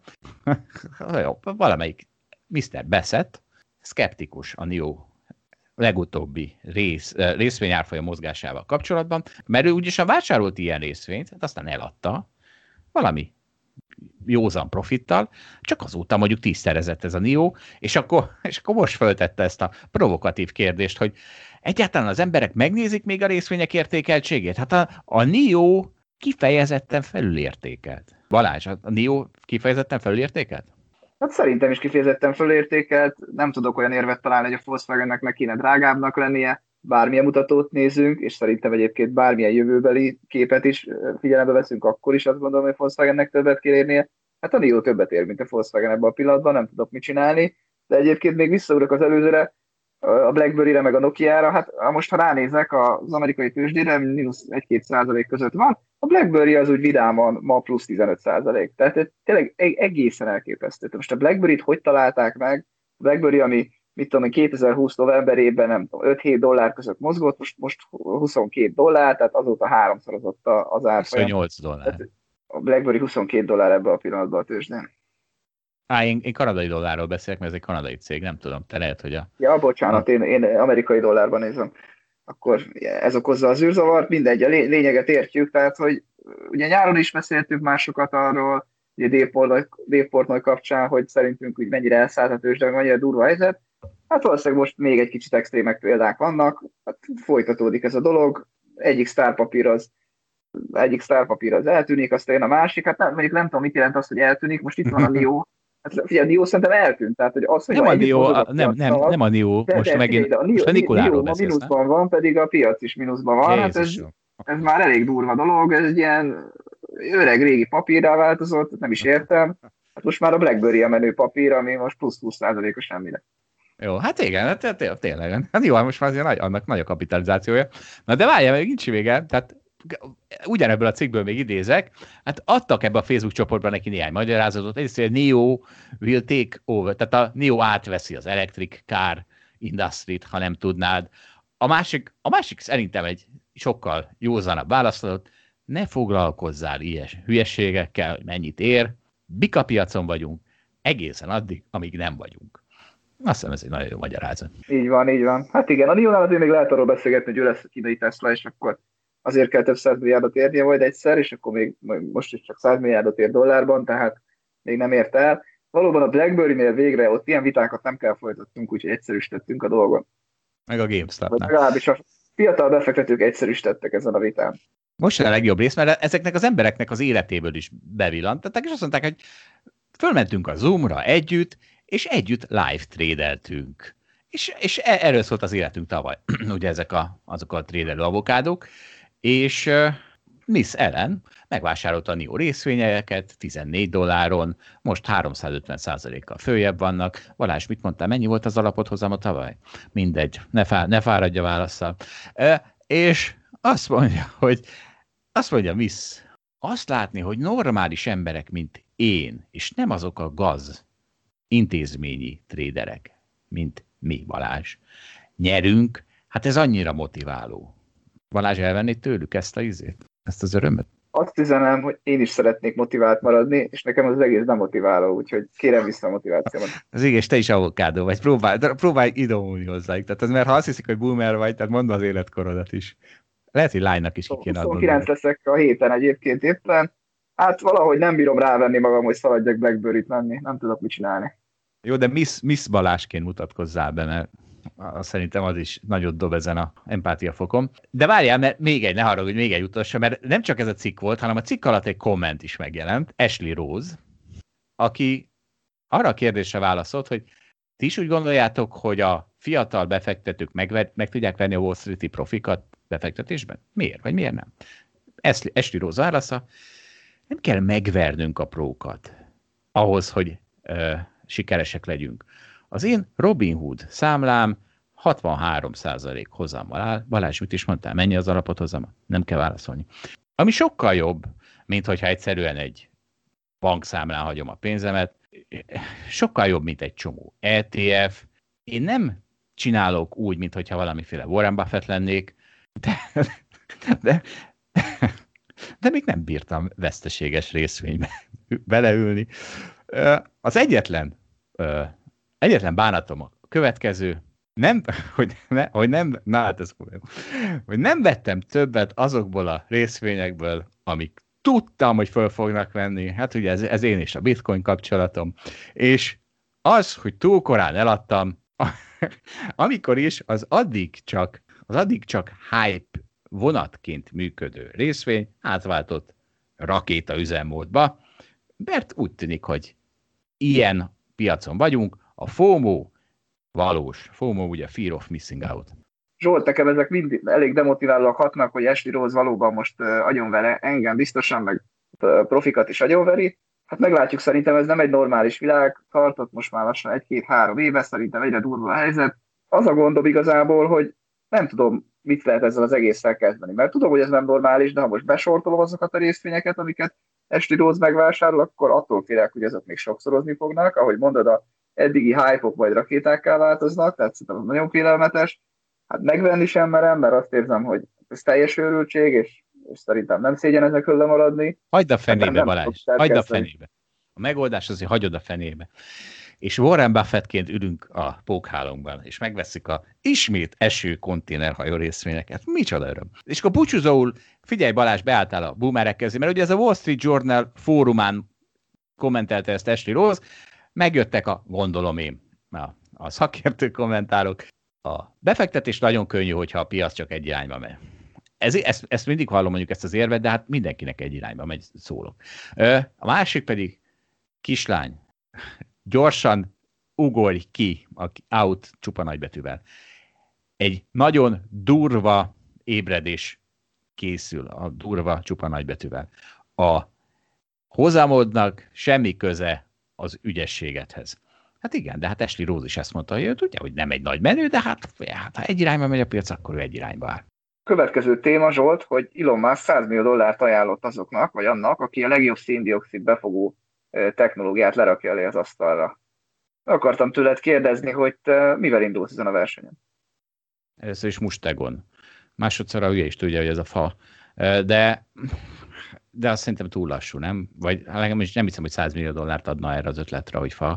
Valamelyik Mr. Bassett, szkeptikus a NIO legutóbbi részvényárfolyam mozgásával kapcsolatban, mert ő úgyis vásárolt ilyen részvényt, hát aztán eladta valami józan profittal, csak azóta mondjuk 10-szerezett ez a NIO, és akkor most föltette ezt a provokatív kérdést, hogy egyáltalán az emberek megnézik még a részvények értékeltségét? Hát a NIO kifejezetten felülértékelt. Balázs, a NIO kifejezetten felülértékelt? Hát szerintem is kifejezetten felértékelt, nem tudok olyan érvet találni, hogy a Volkswagennek meg kéne drágábbnak lennie, bármilyen mutatót nézünk, és szerintem egyébként bármilyen jövőbeli képet is figyelembe veszünk, akkor is azt gondolom, hogy a Volkswagennek többet kell érnie. Hát a NIO többet ér, mint a Volkswagen ebben a pillanatban, nem tudok mit csinálni, de egyébként még visszaugrok az előzőre, a BlackBerry-re meg a Nokia-ra, hát most ha ránézek az amerikai tőzsdére, mínusz 1-2% között van, a BlackBerry az úgy vidáman ma plusz 15%. Tehát tényleg egészen elképesztő. Most a BlackBerry-t hogy találták meg? A BlackBerry, ami mit tudom, 2020 novemberében nem tudom, 5-7 dollár között mozgott, most $22, tehát azóta háromszorozott az árfolyam. 28 dollár. A BlackBerry $22 ebben a pillanatban a tőzsdén. Én kanadai dollárról beszélek, mert ez egy kanadai cég, nem tudom, te lehet, hogy Ja, bocsánat, én amerikai dollárban nézem. Akkor ez okozza az űrzavart, mindegy, a lényeget értjük, tehát, hogy ugye nyáron is beszéltünk másokat arról, ugye Dave Portnoy kapcsán, hogy szerintünk úgy mennyire elszállt a tőzsde, mennyire durva helyzet. Hát valószínűleg most még egy kicsit extrémek példák vannak, hát folytatódik ez a dolog, egyik sztárpapír az eltűnik, aztán jön a másik, hát mondjuk nem tudom, mit jelent az, hogy eltűnik, most itt van a NIO. Hát figyelj, a NIO szerintem eltűnt, tehát hogy az, hogy nem a NIO, most megint most a Nikoláról beszélsz, mínuszban van, pedig a piac is mínuszban van, hát ez már elég durva dolog, ez egy ilyen öreg régi papírrá változott, nem is értem, hát most már a BlackBerry a menő papír, ami most plusz 20%-os semmire. Jó, hát igen, hát tényleg. Hát jó, most már azért annak nagy a kapitalizációja. Na de várjál, még nincs vége, tehát ugyanebből a cikkből még idézek, hát adtak ebbe a Facebook csoportban neki néhány magyarázatot, egyrészt, hogy a NIO will take over, tehát a NIO átveszi az electric car industry-t, ha nem tudnád. A másik szerintem egy sokkal józanabb választott, ne foglalkozzál ilyen hülyeségekkel, hogy mennyit ér, bika piacon vagyunk, egészen addig, amíg nem vagyunk. Azt hiszem, ez egy nagyon jó magyarázat. Így van. Hát igen, a NIO-nál azért még lehet arról beszélgetni, hogy ő lesz a kínai Tesla, és akkor azért kell több 100 milliárdot érnie majd egyszer, és akkor még most is csak 100 milliárdot ér dollárban, tehát még nem ért el. Valóban a BlackBerry-nél végre ott ilyen vitákat nem kell folytatnunk, úgyhogy egyszerűsítettünk a dolgon. Meg a GameStop-nál. Legalábbis a fiatal befektetők egyszerűsítettek ezen a vitán. Most a legjobb rész, mert ezeknek az embereknek az életéből is bevillantatták, és azt mondták, hogy fölmentünk a Zoomra együtt, és együtt live trédeltünk. És erről szólt az életünk tavaly, ugye azok a trédelő avokádók, és Miss Ellen megvásárolta a NIO részvényeket $14, most 350%-kal följebb vannak. Balázs, mit mondtál, mennyi volt az alapot hozzám a tavaly? Mindegy, ne fáradja válasszal. És azt mondja Miss, azt látni, hogy normális emberek, mint én, és nem azok a intézményi tréderek, mint mi, Balázs, nyerünk, hát ez annyira motiváló. Balázs, elvennéd tőlük ezt az örömet? azt üzenem, hogy én is szeretnék motivált maradni, és nekem az egész nem motiváló, úgyhogy kérem vissza a motivációmat. Az és te is avokádó vagy, próbálj idomulni hozzájuk. Tehát mert ha azt hiszik, hogy boomer vagy, tehát mondd az életkorodat is. Lehet, hogy lánynak is ki kéne adnod. 29 leszek a héten egyébként éppen. Hát valahogy nem bírom rávenni magam, hogy szaladjak Blackberry-t menni. Nem tudok mit csinálni. Jó, de Miss Balázsként mutatkozzál be, mert szerintem az is nagyot dob ezen a empátia fokon. De várjál, mert ne haragudj, még egy utolsó, mert nem csak ez a cikk volt, hanem a cikk alatt egy komment is megjelent, Ashley Rose, aki arra a kérdésre válaszolt, hogy ti is úgy gondoljátok, hogy a fiatal befektetők meg tudják venni a Wall Street-i profikat befektetésben? Miért? Vagy miért nem? Ashley Rose válasza, nem kell megvernünk a prókat ahhoz, hogy sikeresek legyünk. Az én Robinhood számlám 63% hozammal áll. Balázs, mit is mondtál? Mennyi az alapot hozama? Nem kell válaszolni. Ami sokkal jobb, mint hogyha egyszerűen egy bankszámlán hagyom a pénzemet. Sokkal jobb, mint egy csomó ETF. Én nem csinálok úgy, mintha valamiféle Warren Buffett lennék, de még nem bírtam veszteséges részvénybe beleülni. Az egyetlen bánatom a következő, hogy nem vettem többet azokból a részvényekből, amik tudtam, hogy föl fognak venni. Hát ugye ez én is a bitcoin kapcsolatom. És az, hogy túl korán eladtam, amikor is az addig csak hype vonatként működő részvény átváltott rakéta üzemmódba, mert úgy tűnik, hogy ilyen piacon vagyunk, a FOMO valós. FOMO ugye Fear of Missing Out. Zsolt, nekem ezek mind elég demotiválóak hatnak, hogy Ashley Rose valóban most agyonvere engem biztosan, meg profikat is agyonveri. Hát meglátjuk, szerintem ez nem egy normális világ, tartott most már lassan 1-2-3 éve, szerintem egyre durva a helyzet. Az a gondom igazából, hogy nem tudom, mit lehet ezzel az egésszel kezdeni, mert tudom, hogy ez nem normális, de ha most besortolom azokat a részvényeket, amiket Ashley Rose megvásárol, akkor attól félek, hogy ezek még sokszorozni fognak. Ahogy mondod, a eddigi hype-ok majd rakétákká változnak, tehát szerintem nagyon félelmetes. Hát megvenni sem merem, mert azt érzem, hogy ez teljes őrültség, és szerintem nem szégyen ezekről lemaradni. Hagyd a fenébe, Balázs, hagyd a fenébe. A megoldás azért hagyod a fenébe. És Warren Buffettként ülünk a pókhálónkban, és megveszik a ismét eső konténerhajó részvényeket. Micsoda öröm. És akkor búcsúzóul, figyelj Balázs, beálltál a boomerek közé, mert ugye ez a Wall Street Journal fórumán kommentelte ezt Ashley Rose, megjöttek gondolom én, a szakértő kommentárok. A befektetés nagyon könnyű, hogyha a piac csak egy irányba megy. Ezt mindig hallom mondjuk ezt az érvet, de hát mindenkinek egy irányba megy, szólok. A másik pedig, kislány, gyorsan ugorj ki, out csupa nagybetűvel. Egy nagyon durva ébredés készül, a durva csupa nagybetűvel. A hozamodnak semmi köze az ügyességedhez. Hát igen, de hát Ashley Rose is ezt mondta, hogy tudja, hogy nem egy nagy menő, de hát ha egy irányba megy a piac, akkor ő egy irányba áll. Következő téma, Zsolt, hogy Elon Musk $100 millió ajánlott azoknak, vagy annak, aki a legjobb szén-dioxid befogó technológiát lerakja elé az asztalra. Akartam tőled kérdezni, hogy te mivel indulsz ezen a versenyen? Először is mustegon. Másodszor ugye is tudja, hogy ez a fa. De azt szerintem túl lassú, nem? Vagy legalábbis nem hiszem, hogy $100 millió adna erre az ötletre, hogy fa.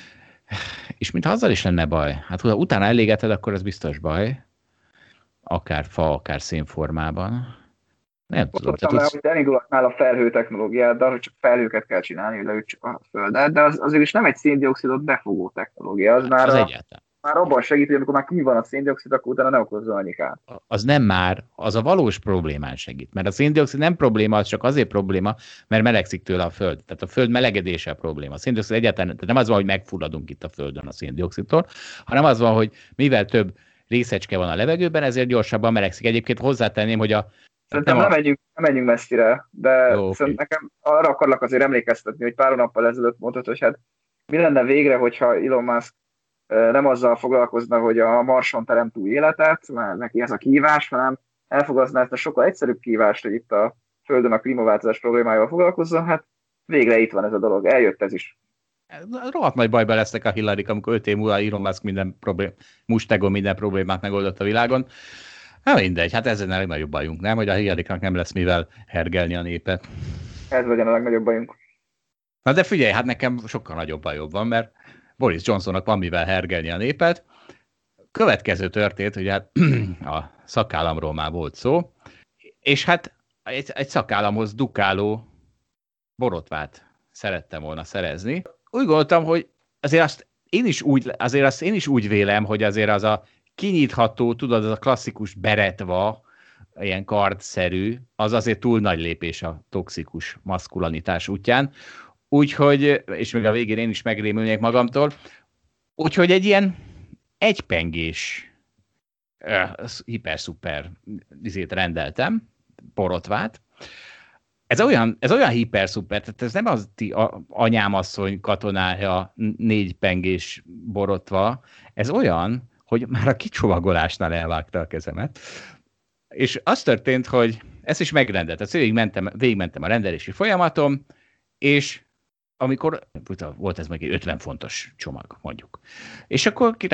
És mintha azzal is lenne baj. Hát ha utána elégeted, akkor az biztos baj. Akár fa, akár szénformában. Nem tudom. Hogy elindulhatnál a felhő technológiáddal, hogy csak felhőket kell csinálni, hogy leütsük a Földet, de az azért is nem egy széndioxidot befogó technológia. Az már abban segít, hogy amikor már ki van a széndioxid, akkor utána ne okozza annyi kárt. Az nem már, az a valós problémán segít. Mert a széndioxid nem probléma, az csak azért probléma, mert melegszik tőle a Föld. Tehát a Föld melegedése a probléma. A széndioxid egyáltalán, tehát nem az van, hogy megfulladunk itt a Földön a széndioxidtól, hanem az van, hogy mivel több részecske van a levegőben, ezért gyorsabban melegszik. Egyébként hozzátenném, hogy szerintem nem menjünk messzire, de jó, nekem arra akarlak azért emlékeztetni, hogy pár nappal ezelőtt mondtad, hogy hát mi lenne végre, hogyha Elon Musk nem azzal foglalkozna, hogy a Marson teremt új életet, mert neki ez a kihívás, hanem elfogadná ezt a sokkal egyszerűbb kihívást, hogy itt a Földön a klímaváltozás problémájával foglalkozzon, hát végre itt van ez a dolog, eljött ez is. Rohadt nagy bajba lesznek a Hillary-k, amikor 5 év múlva Elon Musk minden problémát megoldott a világon. Hát mindegy, hát ezen a legnagyobb bajunk, nem? Hogy a Hillariknak nem lesz mivel hergelni a népet. Ez legyen a legnagyobb bajunk. Na de figyelj, hát nekem sokkal nagyobb bajom van, mert Boris Johnsonnak van mivel hergelni a népet. Következő történt, hogy hát a szakállamról már volt szó, és hát egy szakállamhoz dukáló borotvát szerettem volna szerezni. Úgy gondoltam, hogy azért azt én is úgy vélem, hogy azért az a kinyitható, tudod, az a klasszikus beretva, ilyen kardszerű, az azért túl nagy lépés a toxikus maszkulanitás útján. Úgyhogy, és még a végén én is megrémülnék magamtól, úgyhogy egy ilyen egypengés hiper-szuper rendeltem, borotvát. Ez olyan hiper-szuper, tehát ez nem az anyámasszony katonája 4 pengés borotva, ez olyan, hogy már a kicsomagolásnál elvágta a kezemet. És az történt, hogy ezt is megrendelt. Tehát végigmentem a rendelési folyamatom, és amikor volt ez meg egy 50 fontos csomag, mondjuk. És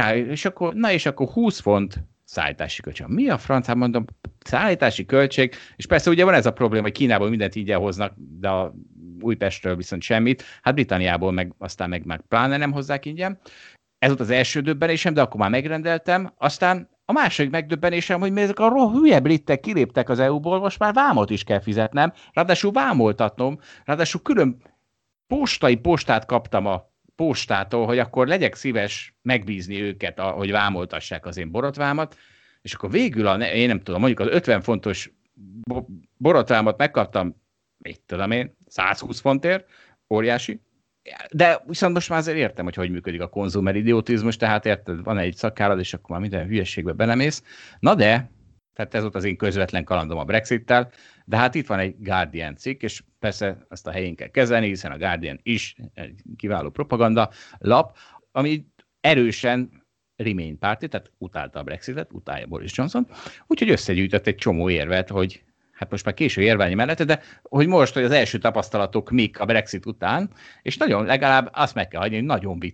akkor 20 font szállítási költség. Mi a francán, mondom, szállítási költség, és persze ugye van ez a probléma, hogy Kínából mindent így elhoznak, de a Újpestről viszont semmit, hát Britanniából meg pláne nem hozzák ingyen. Ez volt az első döbbenésem, de akkor már megrendeltem, aztán a második megdöbbenésem, hogy ezek a hülye britek kiléptek az EU-ból, most már vámot is kell fizetnem, ráadásul vámoltatnom, ráadásul külön postát kaptam a postától, hogy akkor legyek szíves megbízni őket, hogy vámoltassák az én borotvámat, és akkor végül, én nem tudom, mondjuk az 50 fontos borotvámat megkaptam, mit tudom én, 120 fontért, óriási, de viszont most már azért értem, hogy működik a konzumer idiotizmus, tehát érted, van egy szakkárad, és akkor már minden hülyeségbe belemész. Na de, tehát ez volt az én közvetlen kalandom a Brexittel, de hát itt van egy Guardian cikk, és persze ezt a helyén kell kezelni, hiszen a Guardian is egy kiváló propaganda lap, ami erősen Remain Party, tehát utálta a Brexitet, utálja Boris Johnson, úgyhogy összegyűjtött egy csomó érvet, hogy hát most már késő érvelni mellette, de hogy most, hogy az első tapasztalatok mik a Brexit után, és legalább azt meg kell hagyni, hogy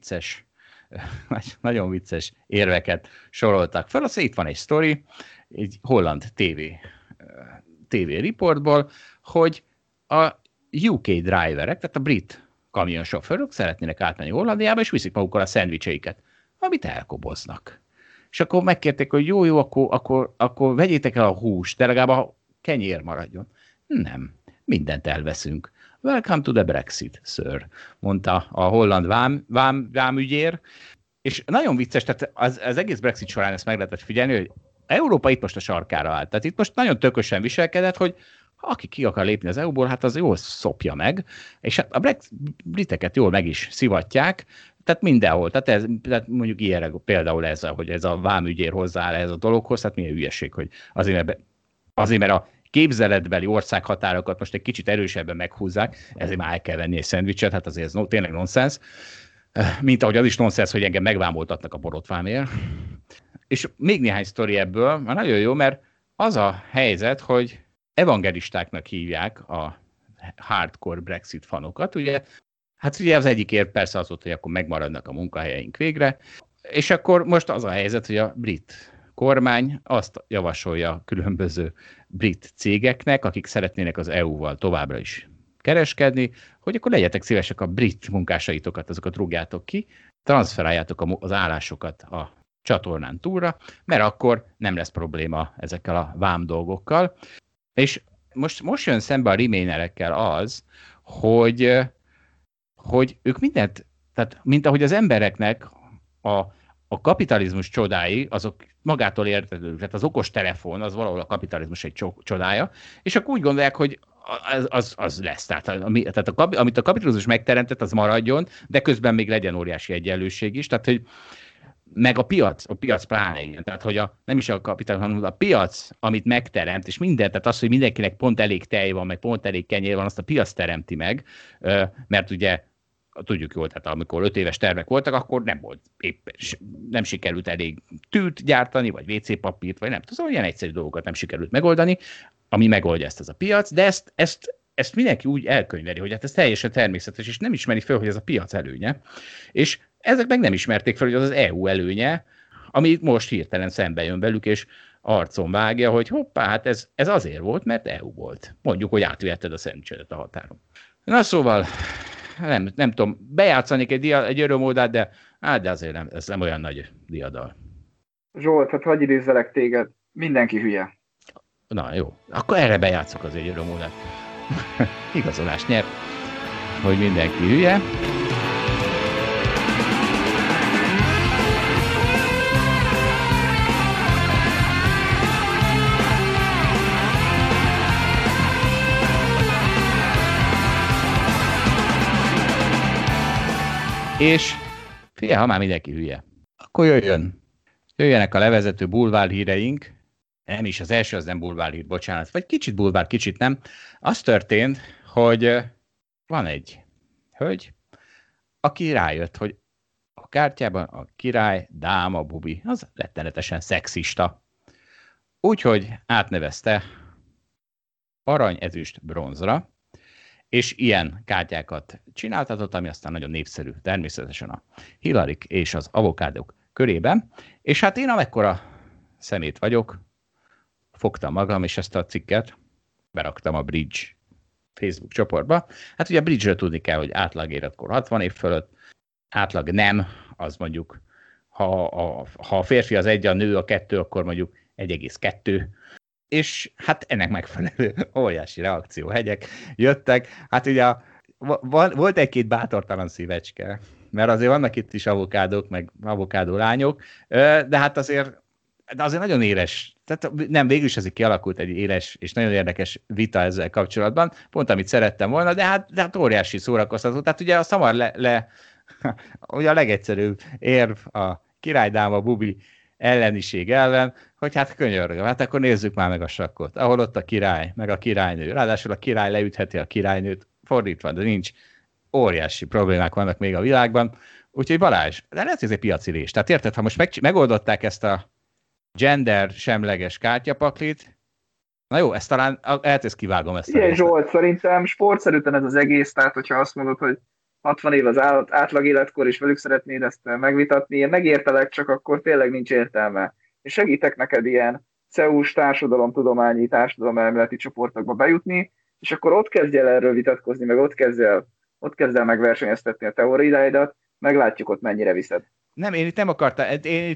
nagyon vicces érveket soroltak fel. Aztán itt van egy sztori, egy holland TV riportból, hogy a UK driverek, tehát a brit kamionsofőrök szeretnének átmenni Hollandiába, és viszik magukkal a szendvicseiket, amit elkoboznak. És akkor megkérték, hogy jó, akkor vegyétek el a húst, de legalább a kenyér maradjon. Nem, mindent elveszünk. Welcome to the Brexit, sir, mondta a holland vámügyér. És nagyon vicces, tehát az egész Brexit során ezt meg lehetett figyelni, hogy Európa itt most a sarkára állt. Tehát itt most nagyon tökösen viselkedett, hogy aki ki akar lépni az EU-ból, hát az jól szopja meg, és hát a briteket jól meg is szivatják, tehát mindenhol. Tehát mondjuk ilyenre például ez, hogy ez a vámügyér hozzááll ez a dologhoz, hát milyen hülyeség, hogy azért mert a képzeletbeli országhatárokat most egy kicsit erősebben meghúzzák, ezért már el kell venni egy szendvicset, hát azért ez tényleg nonsens. Mint ahogy az is nonsens, hogy engem megvámoltatnak a borotvámért. És még néhány sztori ebből, már nagyon jó, mert az a helyzet, hogy evangelistáknak hívják a hardcore Brexit fanokat, ugye, hát ugye az egyik érv persze az volt, hogy akkor megmaradnak a munkahelyeink végre, és akkor most az a helyzet, hogy a brit kormány azt javasolja különböző brit cégeknek, akik szeretnének az EU-val továbbra is kereskedni, hogy akkor legyetek szívesek a brit munkásaitokat, azokat rúgjátok ki, transferáljátok az állásokat a csatornán túlra, mert akkor nem lesz probléma ezekkel a vám dolgokkal. És most jön szembe a remainerekkel az, hogy ők mindent, tehát mint ahogy az embereknek a kapitalizmus csodái, azok magától értetődők, tehát az okos telefon, az valahol a kapitalizmus egy csodája, és akkor úgy gondolják, hogy az lesz. Tehát amit a kapitalizmus megteremtett, az maradjon, de közben még legyen óriási egyenlőség is. Tehát, hogy meg a piac pláne ilyen. Tehát, hogy nem is a kapitalizmus, hanem a piac, amit megteremt, és mindent, tehát az, hogy mindenkinek pont elég tej van, meg pont elég kenyér van, azt a piac teremti meg, mert ugye tudjuk jól, tehát amikor 5 éves tervek voltak, akkor nem sikerült elég tűt gyártani, vagy WC papírt, vagy nem tudom, olyan egyszerű dolgokat nem sikerült megoldani, ami megoldja ezt az a piac, de ezt mindenki úgy elkönyveli, hogy hát ez teljesen természetes, és nem ismeri fel, hogy ez a piac előnye. És ezek meg nem ismerték fel, hogy az EU előnye, ami most hirtelen szembe jön velük, és arcon vágja, hogy hoppá, hát ez azért volt, mert EU volt. Mondjuk, hogy átvihetted a Szentcsendet a határon. Na szóval, nem tudom, bejátszanék egy örömódát, de azért nem, ez nem olyan nagy diadal. Zsolt, hát hagyj idézzelek téged, mindenki hülye. Na jó, akkor erre bejátszok az egy örömódát. Igazolás nyert, hogy mindenki hülye. És figyelj, ha már mindenki hülye, akkor jöjjenek a levezető bulvárhíreink. Nem is, az első az nem bulvárhír, bocsánat, vagy kicsit bulvár, kicsit nem. Az történt, hogy van egy hölgy, aki rájött, hogy a kártyában a király, dáma, bubi, az rettenetesen szexista. Úgyhogy átnevezte arany, ezüst, bronzra, és ilyen kártyákat csináltatott, ami aztán nagyon népszerű, természetesen a Hillaryk és az avokádok körében. És hát én amekkora szemét vagyok, fogtam magam, és ezt a cikket beraktam a Bridge Facebook csoportba. Hát ugye a Bridge-ről tudni kell, hogy átlag életkor 60 év fölött, átlag nem, az mondjuk, ha a férfi az 1, a nő a 2, akkor mondjuk 1,2. És hát ennek megfelelő óriási reakcióhegyek jöttek. Hát ugye volt egy-két bátortalan szívecske, mert azért vannak itt is avokádok, meg avokádó lányok, de hát azért nagyon éles, tehát nem, végül is azért kialakult egy éles és nagyon érdekes vita ezzel kapcsolatban, pont amit szerettem volna, de hát óriási szórakoztató. Tehát ugye a szamar ugye a legegyszerűbb érv a királydáma bubi elleniség ellen, hogy hát könyörgöm, hát akkor nézzük már meg a sakkot, ahol ott a király, meg a királynő. Ráadásul a király leütheti a királynőt, fordítva, de nincs, óriási problémák vannak még a világban. Úgyhogy Balázs, de lehet, hogy ez egy piacilés. Tehát érted, ha most megoldották ezt a gender semleges kártyapaklit, na jó, ezt talán, ezt kivágom ezt. Igen, Zsolt, szerintem sportszerűen ez az egész, tehát hogyha azt mondod, hogy 60 év az átlag életkor, és velük szeretnéd ezt megvitatni, én megértelek, csak akkor tényleg nincs értelme. És segítek neked ilyen CEUS társadalomtudományi, társadalomelméleti csoportokba bejutni, és akkor ott kezdj el erről vitatkozni, meg ott kezd el megversenyeztetni a teóriáidat, meglátjuk ott mennyire viszed. Nem, én itt nem akartam,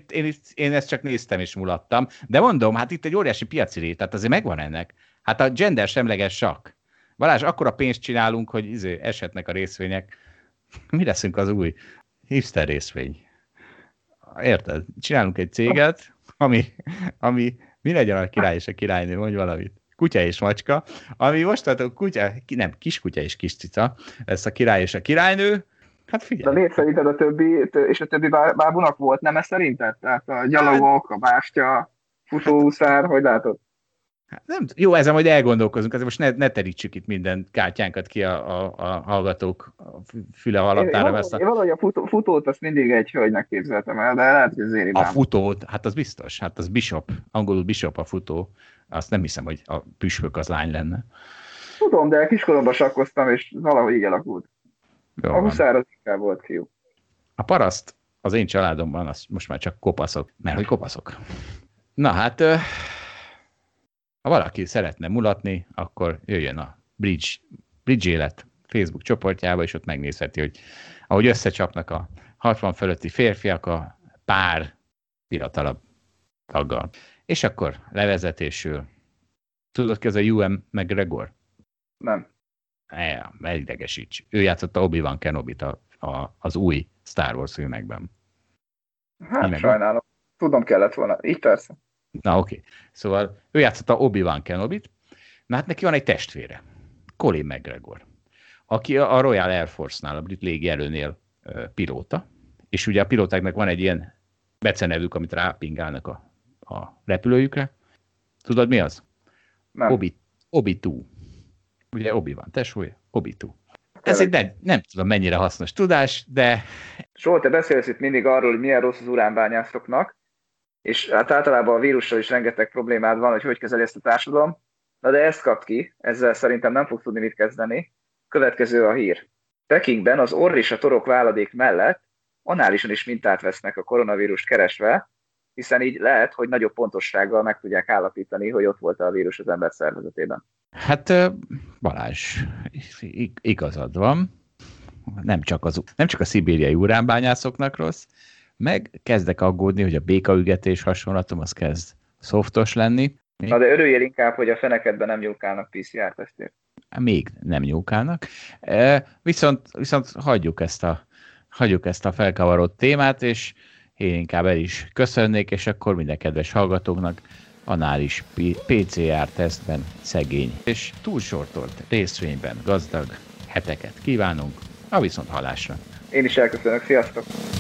én ezt csak néztem és mulattam, de mondom, hát itt egy óriási piaci rét, tehát azért megvan ennek. Hát a gender semleges sakk. Balázs, akkora pénzt csinálunk, hogy eshetnek a részvények. Mi leszünk az új hipster részvény? Érted? Csinálunk egy céget, ami mi legyen a király és a királynő, mondj valamit. Kutya és macska, ami mostantól kiskutya és kis cica, lesz a király és a királynő. Hát figyelj. De miért szerinted a többi bábunak volt neme szerinted? Tehát a gyalogok, a bástya, futóhuszár, hogy látod? Hát nem, jó, ezen majd elgondolkozunk, azért most ne terítsük itt minden kártyánkat ki a hallgatók füle halattára. Én valahogy a futót azt mindig egy hölgynek képzeltem el, de lehet, hogy az én A futót, hát az biztos, hát az bishop, angolul bishop a futó, azt nem hiszem, hogy a püspök az lány lenne. Tudom, de kiskoromban sakkoztam, és valahogy így alakult. Jó, a huszár az inkább volt fiú. A paraszt az én családomban, az most már csak kopaszok, mert hogy kopaszok. Na hát, ha valaki szeretne mulatni, akkor jöjjön a Bridge Élet Facebook csoportjába, és ott megnézheti, hogy ahogy összecsapnak a 60 fölötti férfiak a pár fiatalabb taggal. És akkor levezetésül. Tudod ki az a Ewan McGregor? Nem. Elidegesíts. Ő játszotta Obi-Wan Kenobit az új Star Wars filmekben. Hát sajnálom. Tudom kellett volna. Így persze. Na oké. Szóval ő játszotta Obi-Wan Kenobit. Na hát neki van egy testvére. Colin McGregor. Aki a Royal Air Force-nál, a brit légierőnél pilóta. És ugye a pilótáknak van egy ilyen becenevük, amit rápingálnak a repülőjükre. Tudod mi az? Nem. Obi-2. Ugye Obi-Wan tesója, Obi-2. Ez egy nem tudom mennyire hasznos tudás, de... Zsolt, te beszélsz itt mindig arról, hogy milyen rossz az uránbányászoknak, és hát általában a vírussal is rengeteg problémád van, hogy kezeli ezt a társadalom. Na de ezt kapd ki, ezzel szerintem nem fogsz tudni mit kezdeni. Következő a hír. Pekingben az orr és a torok váladék mellett análisan is mintát vesznek a koronavírust keresve, hiszen így lehet, hogy nagyobb pontossággal meg tudják állapítani, hogy ott volt a vírus az ember szervezetében. Hát Balázs, igazad van. Nem csak a szibériai uránbányászoknak rossz, meg kezdek aggódni, hogy a békaügetés hasonlatom az kezd szoftos lenni. Na de örüljél inkább, hogy a fenekedben nem nyúlkálnak PCR-tesztért. Még nem nyúlkálnak. Viszont hagyjuk ezt a felkavarott témát, és én inkább el is köszönnék, és akkor minden kedves hallgatóknak anális PCR-tesztben szegény és túlsortolt részvényben gazdag heteket kívánunk, a viszonthallásra. Én is elköszönök, sziasztok!